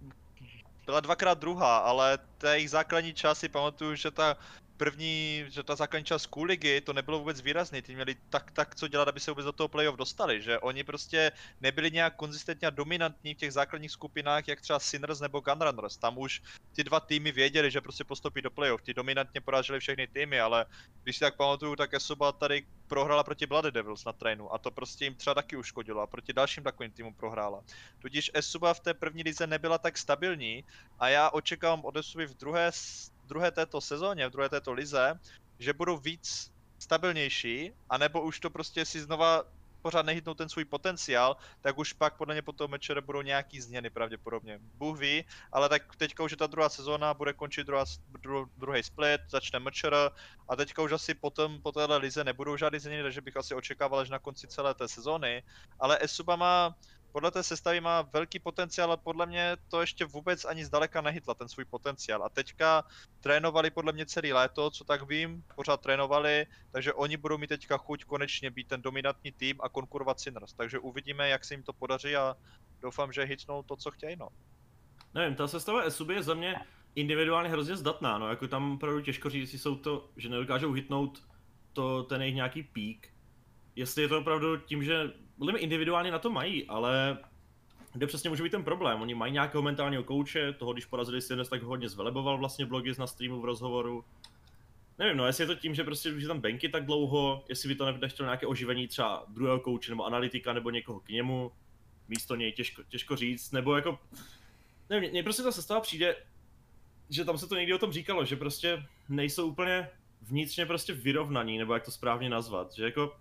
byla dvakrát druhá, ale té jejich základní časy, pamatuju, že ta první, že ta základní část Cool ligy, to nebylo vůbec výrazný, ty měli tak, tak co dělat, aby se vůbec do toho playoff dostali, že oni prostě nebyli nějak konzistentně a dominantní v těch základních skupinách, jak třeba Cinders nebo Gunrunners, tam už ty dva týmy věděli, že prostě postupí do playoff, ty dominantně poráželi všechny týmy, ale když si tak pamatuju, tak Esuba tady prohrála proti Bloody Devils na trénu a to prostě jim třeba taky uškodilo a proti dalším takovým týmům prohrála. Tudíž Esuba v té první lize nebyla tak stabilní a já očekávám od Esuby v druhé druhé této sezóně, v druhé této lize, že budou víc stabilnější, anebo už to prostě si znova pořád nehytnou ten svůj potenciál, tak už pak podle mě po toho mečere budou nějaký změny pravděpodobně. Bůh ví, ale tak teďka už je ta druhá sezóna, bude končit druhá, dru, druhý split, začne mečer a teďka už asi potom po téhle lize nebudou žádný změny, takže bych asi očekával až na konci celé té sezóny, ale Esuba má podle té sestavy má velký potenciál, ale podle mě to ještě vůbec ani zdaleka nehytla ten svůj potenciál. A teďka trénovali podle mě celý léto, co tak vím, pořád trénovali, takže oni budou mít teďka chuť konečně být ten dominantní tým a konkurovat Cinders. Takže uvidíme, jak se jim to podaří a doufám, že hitnou to, co chtějí, no. Nevím, ta sestava Esuby je za mě individuálně hrozně zdatná, no, jako tam opravdu těžko říct, jestli jsou to, že nedokážou hitnout to, ten jejich nějaký pík. Jestli je to opravdu tím, že podle mě individuálně na to mají, ale kde přesně může být ten problém. Oni mají nějakého mentálního kouče, toho když porazili Cinders, tak ho hodně zveleboval vlastně Blogis na streamu v rozhovoru. Nevím, no jestli je to tím, že prostě už je tam Benky tak dlouho, jestli by to nechtělo nějaké oživení třeba druhého kouče nebo analytika nebo někoho k němu, místo něj těžko, těžko říct, nebo jako, nevím, mně prostě ta sestava přijde, že tam se to někdy o tom říkalo, že prostě nejsou úplně vnitřně prostě vyrovnaní, nebo jak to správně nazvat, že jako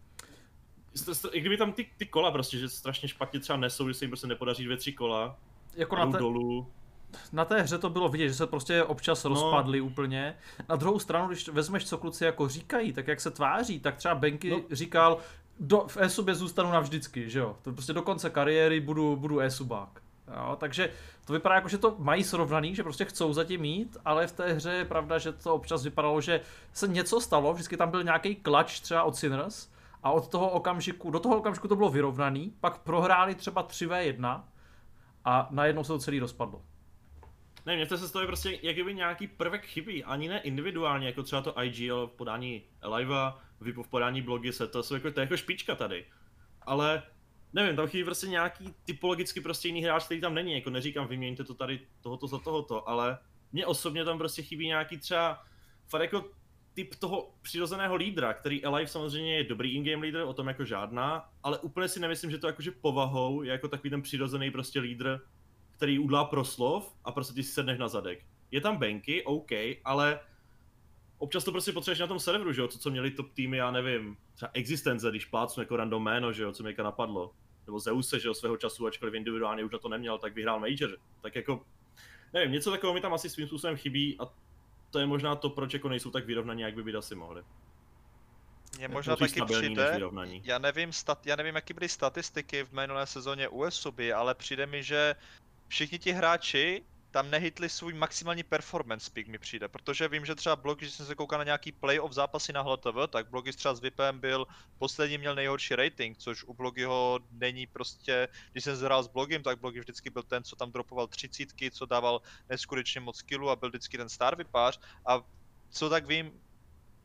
i kdyby tam ty, ty kola prostě, že strašně špatně třeba nesou, že se jim prostě nepodaří dvě, tři kola, jako na, te, dolů. Na té hře to bylo vidět, že se prostě občas no. rozpadly úplně. Na druhou stranu, když vezmeš, co kluci jako říkají, tak jak se tváří, tak třeba Benky no. říkal, do, v e-subě zůstanu navždycky, že jo, to prostě do konce kariéry budu, budu e-subák. Jo, takže to vypadá jako, že to mají srovnaný, že prostě chcou zatím mít, ale v té hře je pravda, že to občas vypadalo, že se něco stalo, vždycky tam byl nějaký klač třeba od Cinders, a od toho okamžiku, do toho okamžiku to bylo vyrovnaný, pak prohráli třeba tři vé jedna a najednou se to celý rozpadlo. Ne, mně v té sestavě prostě jak kdyby nějaký prvek chybí, ani ne individuálně, jako třeba to I G L v podání Eliva, Vipo v podání Blogise, to jsou jako, to je jako špička tady. Ale nevím, tam chybí prostě nějaký typologicky prostě jiný hráč, který tam není, jako neříkám vyměňte to tady tohoto za tohoto, ale mně osobně tam prostě chybí nějaký třeba fakt jako typ toho přirozeného lídra, který Elive samozřejmě je dobrý in-game lídr, o tom jako žádná, ale úplně si nemyslím, že to jakože povahou je jako takový ten přirozený prostě lídr, který udlá proslov a prostě ty si sedneš na zadek. Je tam Benky, OK, ale občas to prostě potřebuješ na tom serveru, že jo, co, co měli top týmy, já nevím, třeba Existence, když plácnu jako random jméno, že jo, co mě napadlo, nebo Zeuse, že jo, svého času, ačkoliv individuálně už na to neměl, tak vyhrál Major, tak jako, nevím, něco takového mi tam asi svým způsobem chybí a to je možná to, proč jako nejsou tak vyrovnaní, jak by být asi mohli. Mně možná taky přijde, já nevím, stat, já nevím, jaký byly statistiky v minulé sezóně u Esuby, ale přijde mi, že všichni ti hráči tam nehytli svůj maximální performance peak, mi přijde, protože vím, že třeba Blogis, když jsem se koukal na nějaký playoff zápasy na H L T V, tak Blogis třeba s Vipem byl poslední, měl nejhorší rating, což u Blogiho není prostě, když jsem zhrál s Blogim, tak Blogi vždycky byl ten, co tam dropoval třicítky, co dával neskutečně moc killů a byl vždycky ten star vypář a co tak vím,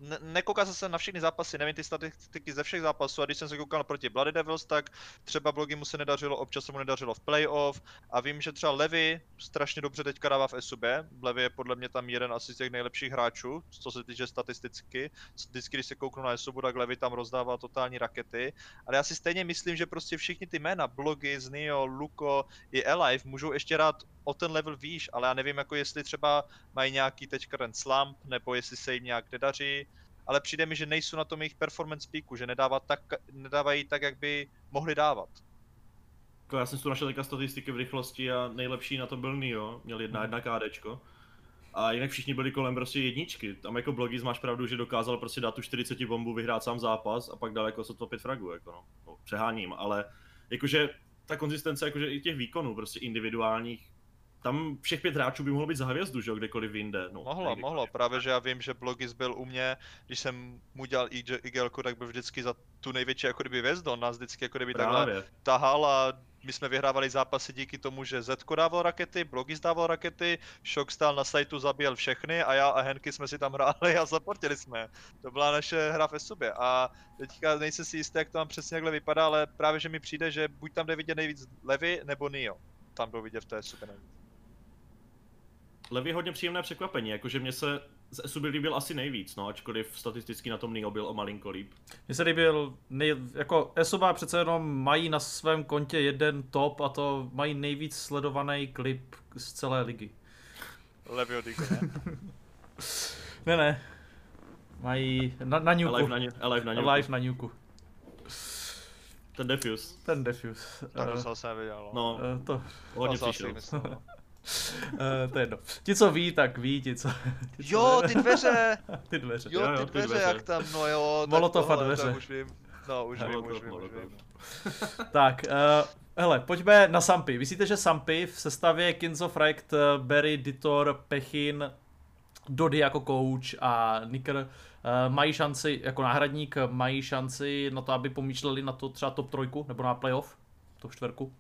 ne, nekoukal jsem se na všechny zápasy, nevím ty statistiky ze všech zápasů, a když jsem se koukal proti Bloody Devils, tak třeba Blogy mu se nedařilo, občas se mu nedařilo v playoff, a vím, že třeba Levy strašně dobře teďka dává v Esubě. Levy je podle mě tam jeden asi z těch nejlepších hráčů, co se týče statisticky. Vždycky, když se kouknu na Esubu, tak Levy tam rozdává totální rakety, ale já si stejně myslím, že prostě všichni ty jména, Blogy, Znio, Luko i Alive můžou ještě rád o ten level výš, ale já nevím, jako jestli třeba mají nějaký teďka ten slump, nebo jestli se jim nějak nedaří, ale přijde mi, že nejsou na tom jejich performance peaku, že nedává tak, nedávají tak, jak by mohli dávat. Já jsem tu našel teďka statistiky v rychlosti a nejlepší na to byl Nio, měl jedna jedna KDčko. A jinak všichni byli kolem prostě jedničky. Tam jako Blogies máš pravdu, že dokázal prostě dát tu čtyřicet bombu, vyhrát sám zápas a pak dal jako sotva pět fragů, jako no. no. Přeháním, ale jakože ta konzistence jakože i těch výkonů prostě individuálních, tam všech pět hráčů by mohlo být za hvězdu, že jo, kdekoliv jinde. No, mohlo, někdekoliv. mohlo, právě že já vím, že Blogies byl u mě, když jsem mu dělal igelku, tak byl vždycky za tu největší jako kdyby hvězdu, on nás vždycky jako kdyby Právě. takhle tahal a my jsme vyhrávali zápasy díky tomu, že Zetko dával rakety, Blogies dával rakety, Shock stál na sajtu, zabíjel všechny a já a Henky jsme si tam hráli a zaportili jsme. To byla naše hra v sobě a teďka nejsem si jistý, jak to tam přesně takhle vypadá, ale právě že mi přijde, že buď tam jde vidět nejvíc Levy nebo Nio. Tam byl vidět v té sobě nejvíc. Levy je hodně příjemné překvapení, jakože mě se z Esuby líbil asi nejvíc, no, ačkoliv statisticky na tom Nio byl o malinko líp. Mně se líbil, nej, jako Esuba přece jenom mají na svém kontě jeden top a to mají nejvíc sledovaný klip z celé ligy. Levy od Eagle, ne? ne, ne. Mají na, na Nuku. Alive na, Alive na Nuku. Alive na Nuku. Ten Defuse. Ten Defuse. Tak to uh, jsem se neviděl, no. Uh, to... Hodně přišel. Uh, to je jedno. Ti, co ví, tak ví, ti, co... Ti, co jo, ne... ty dveře! ty dveře. Jo, ty dveře, dveře, jak tam, no jo. Molotov a dveře. Tak už vím. No, už vím, už vím, už vím. Tak, uh, hele, pojďme na Sampy. Myslíte, že Sampy v sestavě Kings of Rekt, Barry, Ditor, Pechin, Dody jako coach a Nicker uh, mají šanci, jako náhradník, mají šanci na to, aby pomýšleli na to třeba top trojku, nebo na playoff, top čtverku?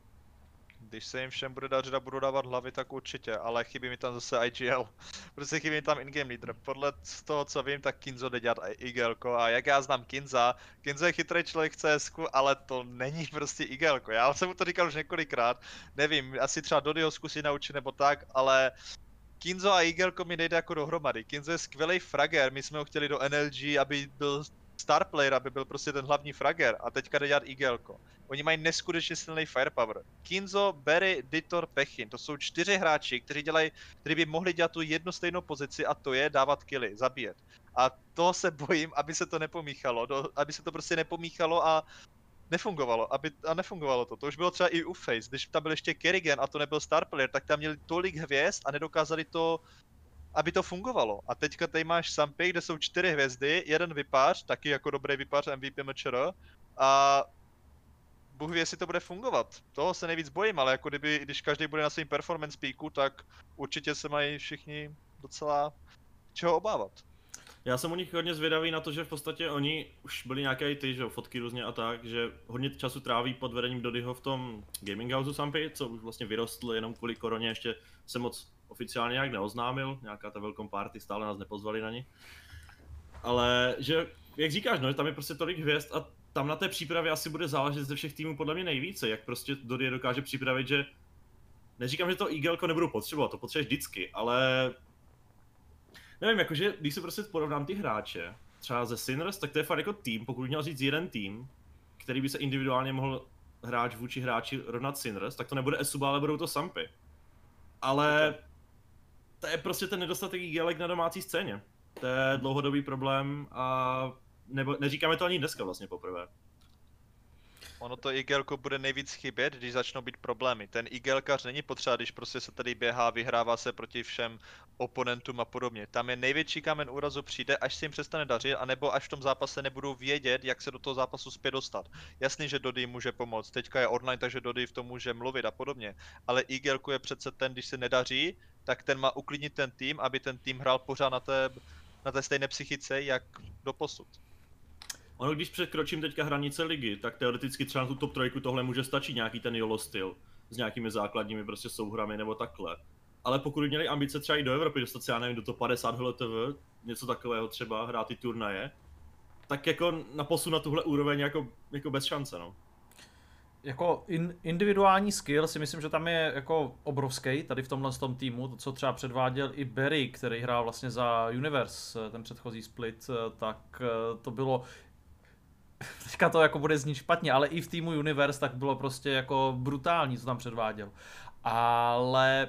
Když se jim všem bude dařit a budu dávat hlavy, tak určitě, ale chybí mi tam zase I G L. Prostě chybí mi tam in-game leader. Podle toho, co vím, tak Kinzo jde dělat igelko a jak já znám Kinza, Kinzo je chytrý člověk v C S ku, ale to není prostě igelko. Já jsem mu to říkal už několikrát, nevím, asi třeba Dody ho zkusí naučit nebo tak, ale Kinzo a igelko mi nejde jako dohromady. Kinzo je skvělý frager, my jsme ho chtěli do N L G, aby byl star player, aby byl prostě ten hlavní frager a teďka jde dělat igelko. Oni mají neskutečně silný firepower. Kinzo, Barry, Ditor, Pechin, to jsou čtyři hráči, kteří dělají, kteří by mohli dělat tu jednu stejnou pozici a to je dávat killy, zabíjet. A toho se bojím, aby se to nepomíchalo, do, aby se to prostě nepomíchalo a nefungovalo, aby, a nefungovalo to. To už bylo třeba i u Face, když tam byl ještě Kerrigan a to nebyl star player, tak tam měli tolik hvězd a nedokázali to, aby to fungovalo. A teďka tady máš Sampy, kde jsou čtyři hvězdy, jeden vypář, taky jako dobrý vypář M V P M Č R, a Bůh ví, jestli to bude fungovat. Toho se nejvíc bojím, ale jako kdyby, když každý bude na svým performance peaku, tak určitě se mají všichni docela čeho obávat. Já jsem u nich hodně zvědavý na to, že v podstatě oni už byli nějaké ty, že fotky různě a tak, že hodně času tráví pod vedením Dodyho v tom gaming houseu Sampy, co už vlastně vyrostl jenom kvůli koroně, ještě se moc oficiálně nějak neoznámil, nějaká ta welcome party, stále nás nepozvali na ní. Ale že, jak říkáš, no, tam je prostě tolik hvězd a tam na té přípravě asi bude záležet ze všech týmů podle mě nejvíce, jak prostě Dody dokáže připravit, že neříkám, že to igelko nebudu potřebovat, to potřebuješ vždycky, ale nevím, jakože když se prostě porovnám ty hráče, třeba ze Sinners, tak to je fakt jako tým, pokud měl říct jeden tým, který by se individuálně mohl hráč vůči hráči rovnat Sinners, tak to nebude Esuba, ale budou to Sampy. Ale to je prostě ten nedostatek igelek na domácí scéně. To je dlouhodobý problém a nebo, neříkáme to ani dneska vlastně poprvé. Ono to igelko bude nejvíc chybět, když začnou být problémy. Ten igelkař není potřeba, když prostě se tady běhá, vyhrává se proti všem oponentům a podobně. Tam je největší kámen úrazu přijde, až se jim přestane dařit, anebo až v tom zápase nebudou vědět, jak se do toho zápasu zpět dostat. Jasný, že Dody může pomoct, teďka je online, takže Dody v tom může mluvit a podobně. Ale igelko je přece ten, když se nedaří, tak ten má uklidnit ten tým, aby ten tým hrál pořád na té, na té stejné psychice, jak doposud. Ono, když překročím teďka hranice ligy, tak teoreticky třeba na tu top trojku tohle může stačit nějaký ten YOLO styl s nějakými základními prostě souhrami nebo takhle. ale pokud měli ambice třeba i do Evropy dostat, já nevím, do top padesát H L T V, něco takového třeba, hrát ty turnaje, tak jako na posun na tuhle úroveň jako, jako bez šance, no. Jako in, individuální skill si myslím, že tam je jako obrovský tady v tomhle tom týmu, to co třeba předváděl i Barry, který hrál vlastně za Universe, ten předchozí split, tak to bylo, teďka to jako bude znít špatně, ale i v týmu Universe tak bylo prostě jako brutální, co tam předváděl. Ale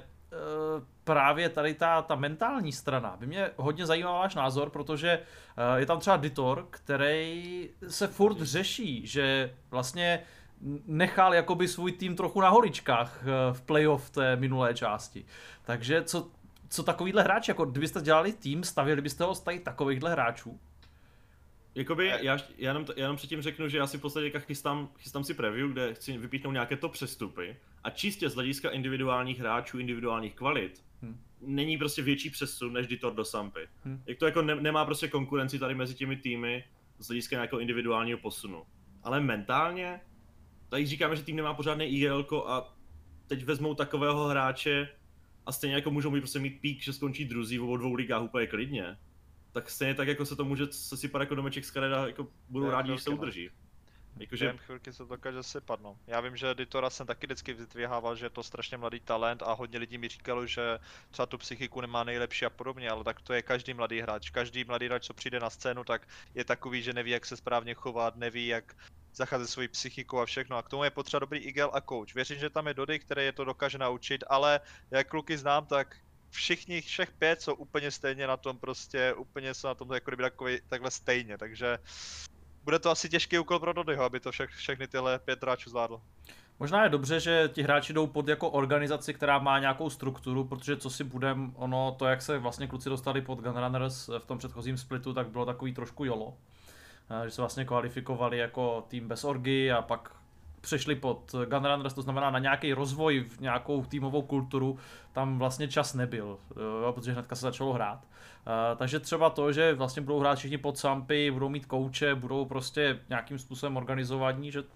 právě tady ta, ta mentální strana by mě hodně zajímal váš názor, protože je tam třeba Ditor, který se furt řeší, že vlastně nechal jakoby svůj tým trochu na holičkách v playoff té minulé části. Takže co, co takovýhle hráč, jako kdybyste dělali tým, stavěli byste ho z tady takovýchhle hráčů? Jakoby, já, já, jenom, já jenom předtím řeknu, že já si v podstatě chystám, chystám si preview, kde chci vypíchnout nějaké to přestupy a čistě z hlediska individuálních hráčů, individuálních kvalit, hmm. není prostě větší přesun než Ditor do Sampy. Hmm. Jak to jako ne, nemá prostě konkurenci tady mezi těmi týmy z hlediska nějakého individuálního posunu. Ale mentálně, tady říkáme, že tým nemá pořádné I G L ko a teď vezmou takového hráče a stejně jako můžou mít, prostě mít pík, že skončí druzí v obou dvou ligách úplně klidně. Tak stejně tak jako se to může sesypat jako domeček z Kareda, jako budou rádi, že se udrží. Jakože... Během chvilky se to dokáže sypat, no. Já vím, že Ditora jsem taky vždycky vyzdvihával, že je to strašně mladý talent a hodně lidí mi říkalo, že třeba tu psychiku nemá nejlepší a podobně, ale tak to je každý mladý hráč. Každý mladý hráč, co přijde na scénu, tak je takový, že neví, jak se správně chovat, neví, jak zacházet svoji psychiku a všechno. A k tomu je potřeba dobrý I G L a coach. Věřím, že tam je Dody, který je to dokáže naučit, ale jak kluky znám, tak všichni, všech pět jsou úplně stejně na tom prostě, úplně jsou na tom jako kdyby takový, takhle stejně, takže bude to asi těžký úkol pro Dodyho, aby to všech, všechny tyhle pět hráčů zvládl. Možná je dobře, že ti hráči jdou pod jako organizaci, která má nějakou strukturu, protože co si budem, ono to, jak se vlastně kluci dostali pod Gunrunners v tom předchozím splitu, tak bylo takový trošku jolo. Že se vlastně kvalifikovali jako tým bez orgy a pak přešli pod Gunrunners, to znamená na nějaký rozvoj, v nějakou týmovou kulturu, tam vlastně čas nebyl, jo, protože hnedka se začalo hrát. Uh, takže třeba to, že vlastně budou hrát všichni pod Sampy, budou mít kouče, budou prostě nějakým způsobem organizovaní, že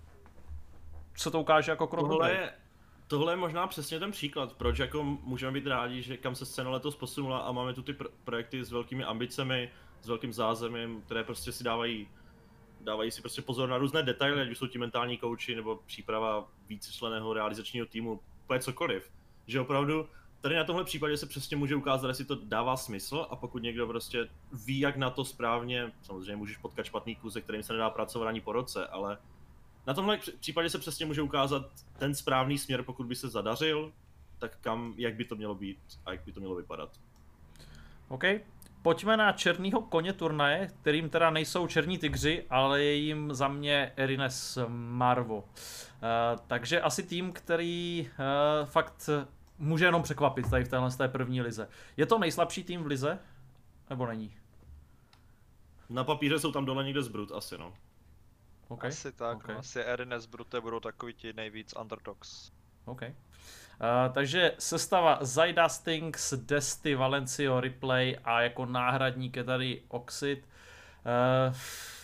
se to ukáže jako krok tohle je, tohle je možná přesně ten příklad, proč jako můžeme být rádi, že kam se scéna letos posunula a máme tu ty pr- projekty s velkými ambicemi, s velkým zázemím, které prostě si dávají dávají si prostě pozor na různé detaily, ať už jsou ti mentální kouči nebo příprava vícečlenného realizačního týmu, úplně cokoliv. Že opravdu tady na tomhle případě se přesně může ukázat, jestli to dává smysl a pokud někdo prostě ví, jak na to správně, samozřejmě můžeš potkat špatný kus, se kterým se nedá pracovat ani po roce, ale na tomhle případě se přesně může ukázat ten správný směr, pokud by se zadařil, tak kam, jak by to mělo být a jak by to mělo vypadat. OK. Pojďme na černýho koně turnaje, kterým teda nejsou černí tygři, ale je jim za mě Erines Marvo. Uh, takže asi tým, který uh, fakt může jenom překvapit tady v téhle té první lize. Je to nejslabší tým v lize? Nebo není? Na papíře jsou tam dole někde Zbrut asi, no. Okay. Asi tak, okay. No, asi Erines Brute budou takový ti nejvíc underdogs. OK. Uh, takže sestava Zajda, Stinks, Desty, Valencio, Replay a jako náhradník je tady Oxid. Uh,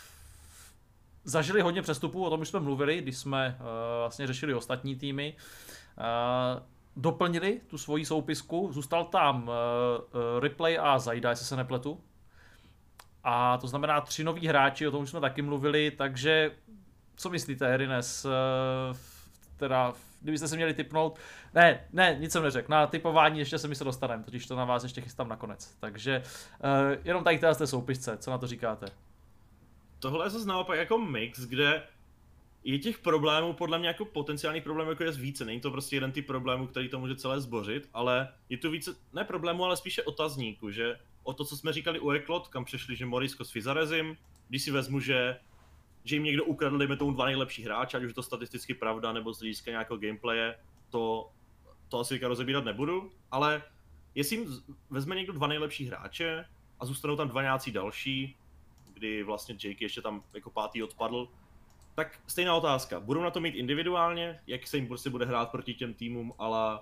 zažili hodně přestupů, o tom už jsme mluvili, když jsme uh, vlastně řešili ostatní týmy. Uh, doplnili tu svoji soupisku, zůstal tam uh, uh, Replay a Zajda, jestli se nepletu. A to znamená tři noví hráči, o tom už jsme taky mluvili, takže co myslíte, Erines? Uh, teda kdybyste se měli tipnout, ne, ne, nic jsem neřekl, na tipování ještě se mi se dostaneme, totiž to na vás ještě chystám nakonec, takže uh, jenom tady té soupisce, co na to říkáte? Tohle je zase naopak jako mix, kde je těch problémů podle mě jako potenciálních problémů jako je více, není to prostě jeden typ problémů, který to může celé zbořit, ale je tu více, ne problémů, ale spíše otazníku, že o to, co jsme říkali u Eklot, kam přešli, že Morisko s Fizarezim, když si vezmu, že že jim někdo ukradl, dejme tomu dva nejlepší hráče, ať už je to statisticky pravda, nebo z hlediska nějakého gameplaye, to, to asi rozebírat nebudu, ale jestli jim vezme někdo dva nejlepší hráče a zůstanou tam dva nějací další, kdy vlastně Jakey ještě tam jako pátý odpadl, tak stejná otázka, budou na to mít individuálně, jak se jim prostě bude hrát proti těm týmům ala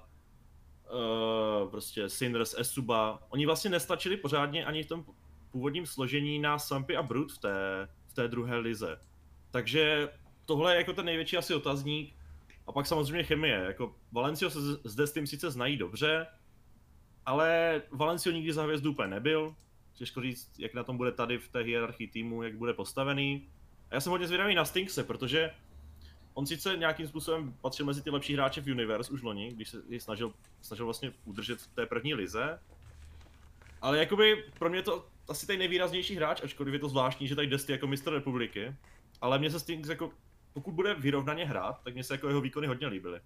uh, prostě Cinders, Esuba, oni vlastně nestačili pořádně ani v tom původním složení na Sampy a Brute v té, v té druhé lize. Takže tohle je jako ten největší asi otazník. A pak samozřejmě chemie, jako Valencio se zde s tím sice znají dobře, ale Valencio nikdy za hvězdu úplně nebyl. Těžko říct, jak na tom bude tady v té hierarchii týmu, jak bude postavený. A já jsem hodně zvědavý na Stinkse, protože on sice nějakým způsobem patřil mezi ty lepší hráče v Universe už loni, když se jej snažil, snažil vlastně udržet v té první lize. Ale jakoby pro mě to asi ten nejvýraznější hráč, ačkoliv je to zvláštní, že tady Desty jako mistr republiky. Ale mně se Stinks jako, pokud bude vyrovnaně hrát, tak mně se jako jeho výkony hodně líbily.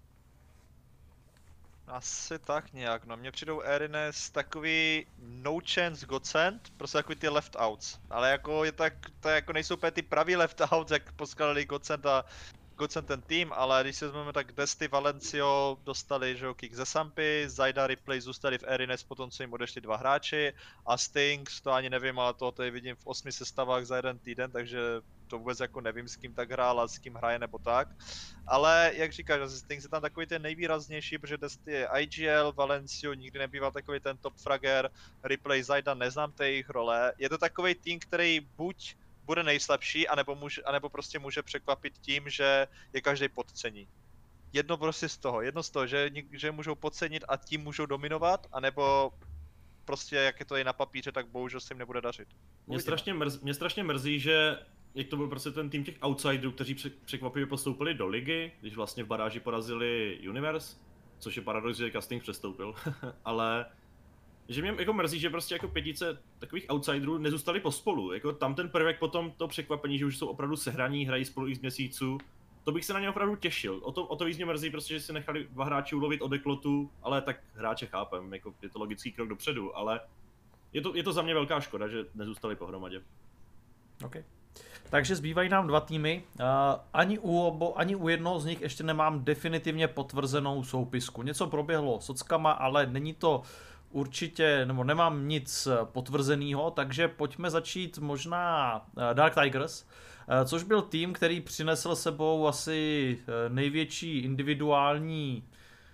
Asi tak nějak, no mně přijdou Erines takový no chance godsend, prostě takový ty left outs, ale jako je tak, to jako nejsou úplně ty pravý left outs, jak poskládali godsend a godsend ten tým, ale když se vezmeme, tak Desty, Valencio dostali, že jo, kick ze Sampy, Zajda, Replay zůstali v Erines potom, co jim odešli dva hráči a Stinks, to ani nevím, ale to tady vidím v osmi sestavách za jeden týden, takže to vůbec jako nevím, s kým tak hrál a s kým hraje nebo tak. Ale jak říkáš, Stinks je tam takový ten nejvýraznější, protože Desty je I G L, Valencio nikdy nebývá takový ten top frager, Replay, Zajda, neznám té jejich role. Je to takový tým, který buď bude nejslabší, anebo, může, anebo prostě může překvapit tím, že je každý podcení. Jedno prostě z toho, jedno z toho, že, že můžou podcenit a tím můžou dominovat, anebo prostě jak je to i na papíře, tak bohužel se jim nebude dařit. Mě strašně, mrz, mě strašně mrzí, že jak to byl prostě ten tým těch outsiderů, kteří překvapivě postoupili do ligy, když vlastně v baráži porazili Universe, což je paradox, že Casting přestoupil, ale že mě jako mrzí, že prostě jako pětice takových outsiderů nezůstali pospolu. Jako tam ten prvek potom to překvapení, že už jsou opravdu sehraní, hrají spolu i z měsíců. To bych se na ně opravdu těšil. O to, o to víc mě mrzí, prostě, že si nechali dva hráči ulovit od deklotu, ale tak hráče chápem, jako je to logický krok dopředu, ale je to, je to za mě velká škoda, že nezůstali pohromadě. Okay. Takže zbývají nám dva týmy. Uh, ani, u obo, ani u jednoho z nich ještě nemám definitivně potvrzenou soupisku. Něco proběhlo s ockama, ale není to určitě, nebo nemám nic potvrzeného, takže pojďme začít možná Dark Tigers, což byl tým, který přinesl sebou asi největší individuální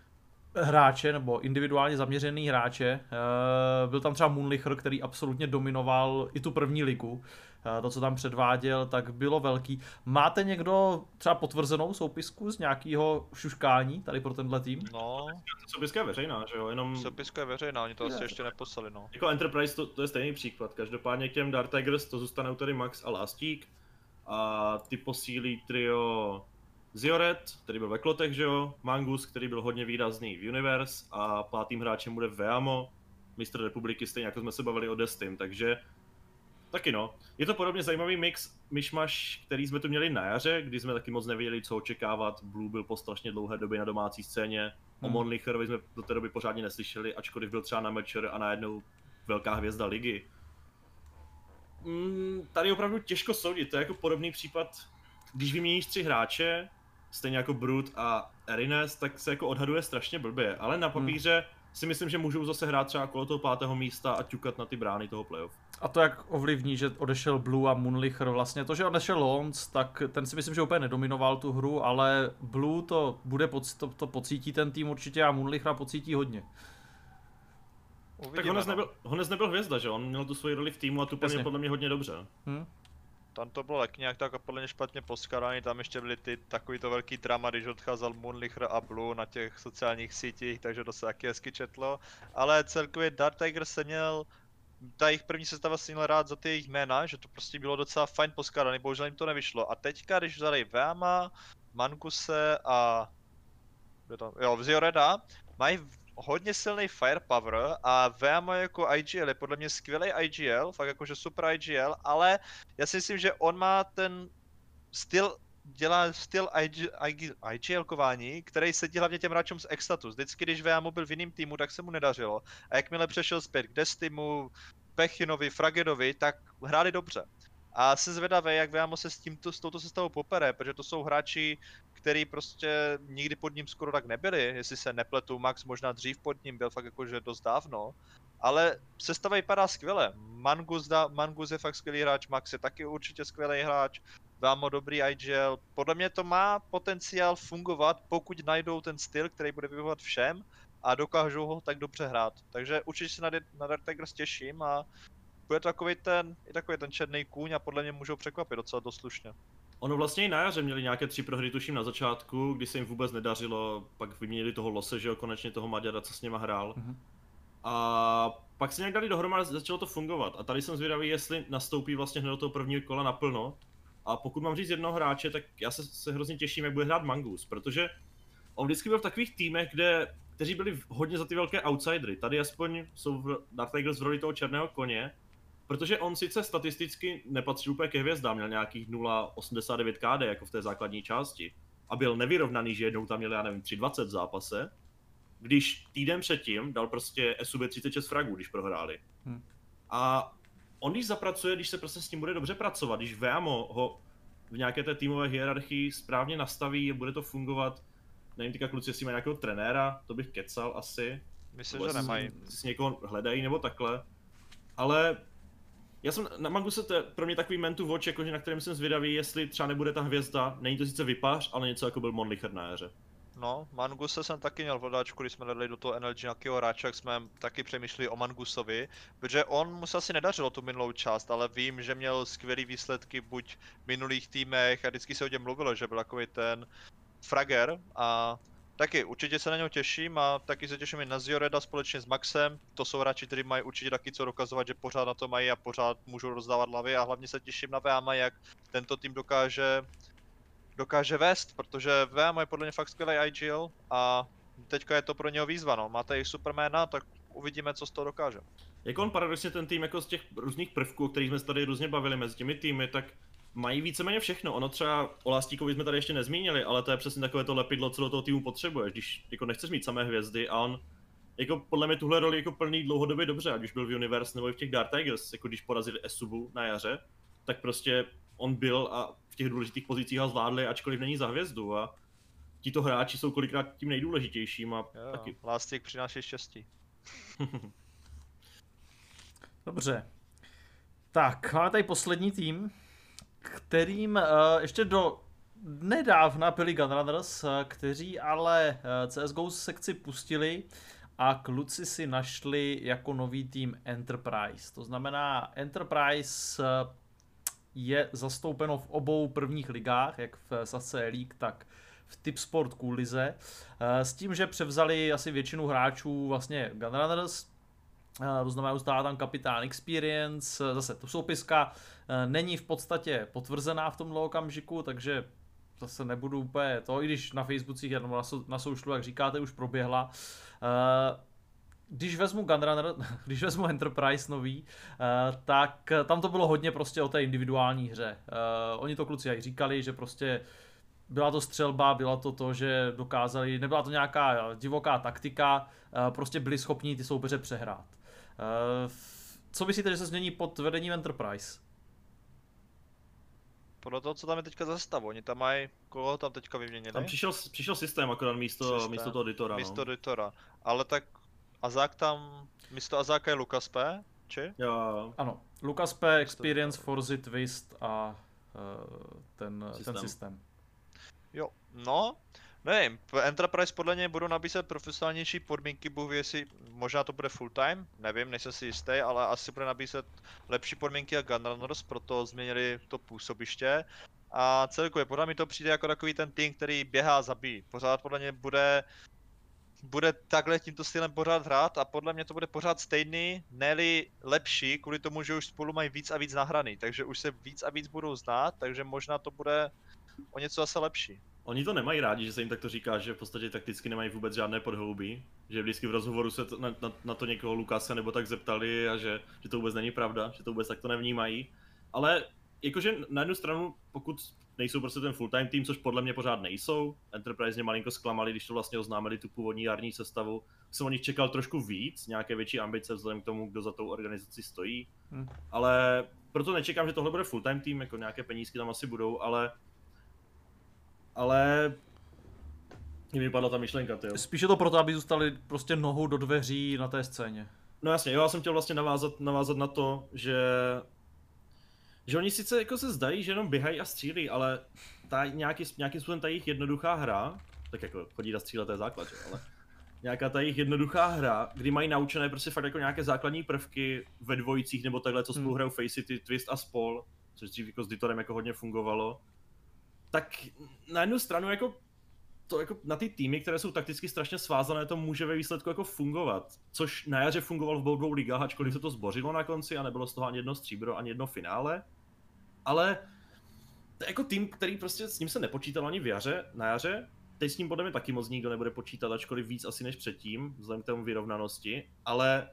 hráče, nebo individuálně zaměřený hráče. Byl tam třeba Moonlicher, který absolutně dominoval i tu první ligu. To, co tam předváděl, tak bylo velký. Máte někdo třeba potvrzenou soupisku z nějakého šuškání tady pro tenhle tým? No. Soupiska je veřejná, že jo? Jenom... Soupiska je veřejná, oni to je. Asi ještě neposlali, no. Jako Enterprise to, to je stejný příklad. Každopádně k těm Dark Tigers to zůstanou tady Max a Lastík. A ty posílí trio Zioret, který byl ve Klotech, že jo? Mangus, který byl hodně výrazný v Universe. A pátým hráčem bude Veamo, mistr republiky, stejně jako jsme se bavili o Destim, takže taky no. Je to podobně zajímavý mix, myšmaš, který jsme tu měli na jaře, kdy jsme taky moc nevěděli, co očekávat. Blue byl po strašně dlouhé době na domácí scéně. Hmm. O Monlicherovi jsme do té doby pořádně neslyšeli, ačkoliv byl třeba na Mature a najednou velká hvězda ligy. Mm, tady opravdu těžko soudit, to je jako podobný případ, když vyměníš tři hráče, stejně jako Brut a Erines, tak se jako odhaduje strašně blbě, ale na papíře hmm. si myslím, že můžou zase hrát třeba okolo toho pátého místa a ťukat na ty brány toho playoff. A to jak ovlivní, že odešel Blue a Moonlicher vlastně, to, že odešel Lons, tak ten si myslím, že úplně nedominoval tu hru, ale Blue to bude, to, to pocítí ten tým určitě a Moonlichera pocítí hodně. Uvidíme, tak Honez, no. nebyl, Honez nebyl hvězda, že? On měl tu svoji roli v týmu a tu plnil podle mě hodně dobře. Hmm. Tam to bylo tak nějak tak podle mě špatně poskládaný, tam ještě byly ty takový to velký drama, když odcházel Moonlicher a Blue na těch sociálních sítích, takže to se taky hezky četlo. Ale celkově Dark Tigers se měl, ta jejich první sestava se měl rád za ty jejich jména, že to prostě bylo docela fajn poskládaný, bohužel jim to nevyšlo. A teďka, když vzali Veama, Manguse a jo, Vzioreda, mají hodně silný firepower a Veamo jako I G L je podle mě skvělý I G L, fakt jakože super I G L, ale já si myslím, že on má ten styl, dělá styl I G L kování, který sedí hlavně těm hráčům z Extatus. Vždycky, když Veamo byl v jiném týmu, tak se mu nedařilo. A jakmile přešel zpět k Destimu, Pechinovi, Fragedovi, tak hráli dobře. A jsem zvědavý, jak Veamo se s, tímto, s touto sestavou popere, protože to jsou hráči, který prostě nikdy pod ním skoro tak nebyli, jestli se nepletu, Max možná dřív pod ním byl fakt jakože dost dávno, ale sestava vypadá skvěle. Mangus, da, Mangus je fakt skvělý hráč, Max je taky určitě skvělý hráč, Veamo dobrý I G L, podle mě to má potenciál fungovat, pokud najdou ten styl, který bude vyhovovat všem a dokážou ho tak dobře hrát. Takže určitě se na, na Dark Tigers těším a bude to takový ten, i takový ten černý kůň a podle mě můžou překvapit docela dost slušně. Ono vlastně i na jaře měli nějaké tři prohry, tuším na začátku, kdy se jim vůbec nedařilo, pak vyměnili toho Lose, že jo, konečně toho Maďara, co s něma hrál. Mm-hmm. A pak se nějak dali dohromady, začalo to fungovat. A tady jsem zvědavý, jestli nastoupí vlastně hned do toho prvního kola naplno. A pokud mám říct jednoho hráče, tak já se, se hrozně těším, jak bude hrát Mangus, protože on vždycky byl v takových týmech, kde, kteří byli hodně za ty velké outsidery. Tady aspoň jsou v Dark Tigers v roli toho černého koně, protože on sice statisticky nepatří úplně ke hvězdám, měl nějakých nula celá osmdesát devět K D jako v té základní části. A byl nevyrovnaný, že jednou tam měl, já nevím, tři dvacet v zápase, když týden předtím dal prostě S U B třicet šest fragů, když prohráli. Hmm. A on když zapracuje, když se prostě s tím bude dobře pracovat, když Veamo ho v nějaké té týmové hierarchii správně nastaví a bude to fungovat, nevím teďka kluci, jestli mají nějakého trenéra, to bych kecal asi. Myslím, že nemají. Si někoho hledají nebo takhle. Ale já jsem na Manguse, to je pro mě takový man to watch, jakože na kterém jsem zvědavý, jestli třeba nebude ta hvězda, není to sice vypař, ale něco jako byl Monlicher na éře. No, Manguse jsem taky měl v hledáčku, když jsme dali do toho N L G nějakého hráče, jak jsme taky přemýšleli o Mangusovi, protože on mu se asi nedařilo tu minulou část, ale vím, že měl skvělý výsledky buď v minulých týmech a vždycky se o něm mluvilo, že byl takový ten frager a taky určitě se na něho těším a taky se těším i na Zioreda společně s Maxem, to jsou hráči, kteří mají určitě taky co dokazovat, že pořád na to mají a pořád můžou rozdávat hlavy a hlavně se těším na Veama, jak tento tým dokáže dokáže vést, protože V M je podle mě fakt skvělý I G L a teďka je to pro něho výzva, no. Máte i Supermana, tak uvidíme, co z toho dokáže. Jak on paradoxně ten tým jako z těch různých prvků, o kterých jsme se tady různě bavili mezi těmi týmy, tak mají víceméně všechno. Ono třeba o Lástíkovi jsme tady ještě nezmínili, ale to je přesně takové to lepidlo, co do toho týmu potřebuješ, když jako nechceš mít samé hvězdy a on jako podle mě tuhle roli jako plný dlouhodobě dobře, ať už byl v Universe nebo i v těch Dark Tigers, jako když porazili Esubu na jaře, tak prostě on byl a v těch důležitých pozicích ho zvládli, ačkoliv není za hvězdu a tito hráči jsou kolikrát tím nejdůležitějším a jo, taky. Lástík přináší štěstí. Dobře. Tak, máme tady poslední tým, kterým uh, ještě do nedávna byli Gunrunners, uh, kteří ale uh, C S G O sekci pustili a kluci si našli jako nový tým Enterprise. To znamená, Enterprise uh, je zastoupeno v obou prvních ligách, jak v Sasce League, tak v Tipsport Cool lize, s tím, že převzali asi většinu hráčů vlastně Gunrunners, to znamená, ustává tam kapitán Experience, zase to soupiska není v podstatě potvrzená v tomhle okamžiku, takže zase nebudu úplně to, i když na Facebookích nebo na, so, na socialu, jak říkáte, už proběhla. Když vezmu Gunrunner, když vezmu Enterprise nový, tak tam to bylo hodně prostě o té individuální hře. Oni to kluci jak říkali, že prostě byla to střelba, byla to to, že dokázali, nebyla to nějaká divoká taktika, prostě byli schopni ty soupeře přehrát. Co myslíte, že se změní pod vedením Enterprise? Podle toho, co tam je teďka za stav, oni tam mají, koho tam teďka vyměnili? Tam přišel, přišel systém akorát místo, systém, místo toho editora. Místo no. editora, ale tak Azák tam, místo Azáka je Lukas P, či? Jo. Ano, Lukas P, Experience, Forzy, Twist a uh, ten systém. ten systém. Jo, no, nevím, Enterprise podle něj budou nabízet profesionálnější podmínky, Bůh ví, jestli možná to bude full time, nevím, nejsem si jistý, ale asi bude nabízet lepší podmínky jak Gunrunners, proto změnili to působiště. A celkově podle mě to přijde jako takový ten tým, který běhá a zabíjí. Pořád podle mě bude, bude takhle tímto stylem pořád hrát a podle mě to bude pořád stejný, ne-li lepší, kvůli tomu, že už spolu mají víc a víc nahraný, takže už se víc a víc budou znát, takže možná to bude o něco zase lepší. Oni to nemají rádi, že se jim takto říká, že v podstatě takticky nemají vůbec žádné podhoubí, že vždycky v rozhovoru se to, na, na, na to někoho Lukase nebo tak zeptali a že, že to vůbec není pravda, že to vůbec takto nevnímají. Ale jakože na jednu stranu, pokud nejsou prostě ten full time tým, což podle mě pořád nejsou, Enterprise mě malinko zklamali, když to vlastně oznámili tu původní jarní sestavu, jsem o nich čekal trošku víc, nějaké větší ambice vzhledem k tomu, kdo za tou organizací stojí, hmm. ale proto nečekám, že tohle bude full time tým, jako nějaké penízky tam asi budou, ale Ale mi vypadla ta myšlenka, tyjo. Spíše to proto, aby zůstali prostě nohou do dveří na té scéně. No jasně, jo, já jsem chtěl vlastně navázat, navázat na to, že že oni sice jako se zdají, že jenom běhají a střílí, ale ta nějaký, nějakým způsobem ta jejich jednoduchá hra, tak jako chodí a střílet, to je základ, jo, ale nějaká ta jejich jednoduchá hra, kdy mají naučené prostě fakt jako nějaké základní prvky ve dvojicích nebo takhle, co spolu hrajou Faceit, Twist a spol, což dřív jako s Ditorem jako hodně fungovalo. Tak na jednu stranu jako to jako na ty týmy, které jsou takticky strašně svázané, to může ve výsledku jako fungovat. Což na jaře fungoval v obou dvou ligách, ačkoliv se to zbořilo na konci a nebylo z toho ani jedno stříbro, ani jedno finále. Ale to je jako tým, který prostě s ním se nepočítal ani v jaře, na jaře. Teď s ním podle mě taky moc nikdo nebude počítat, ačkoliv víc asi než předtím, vzhledem k tomu vyrovnanosti. Ale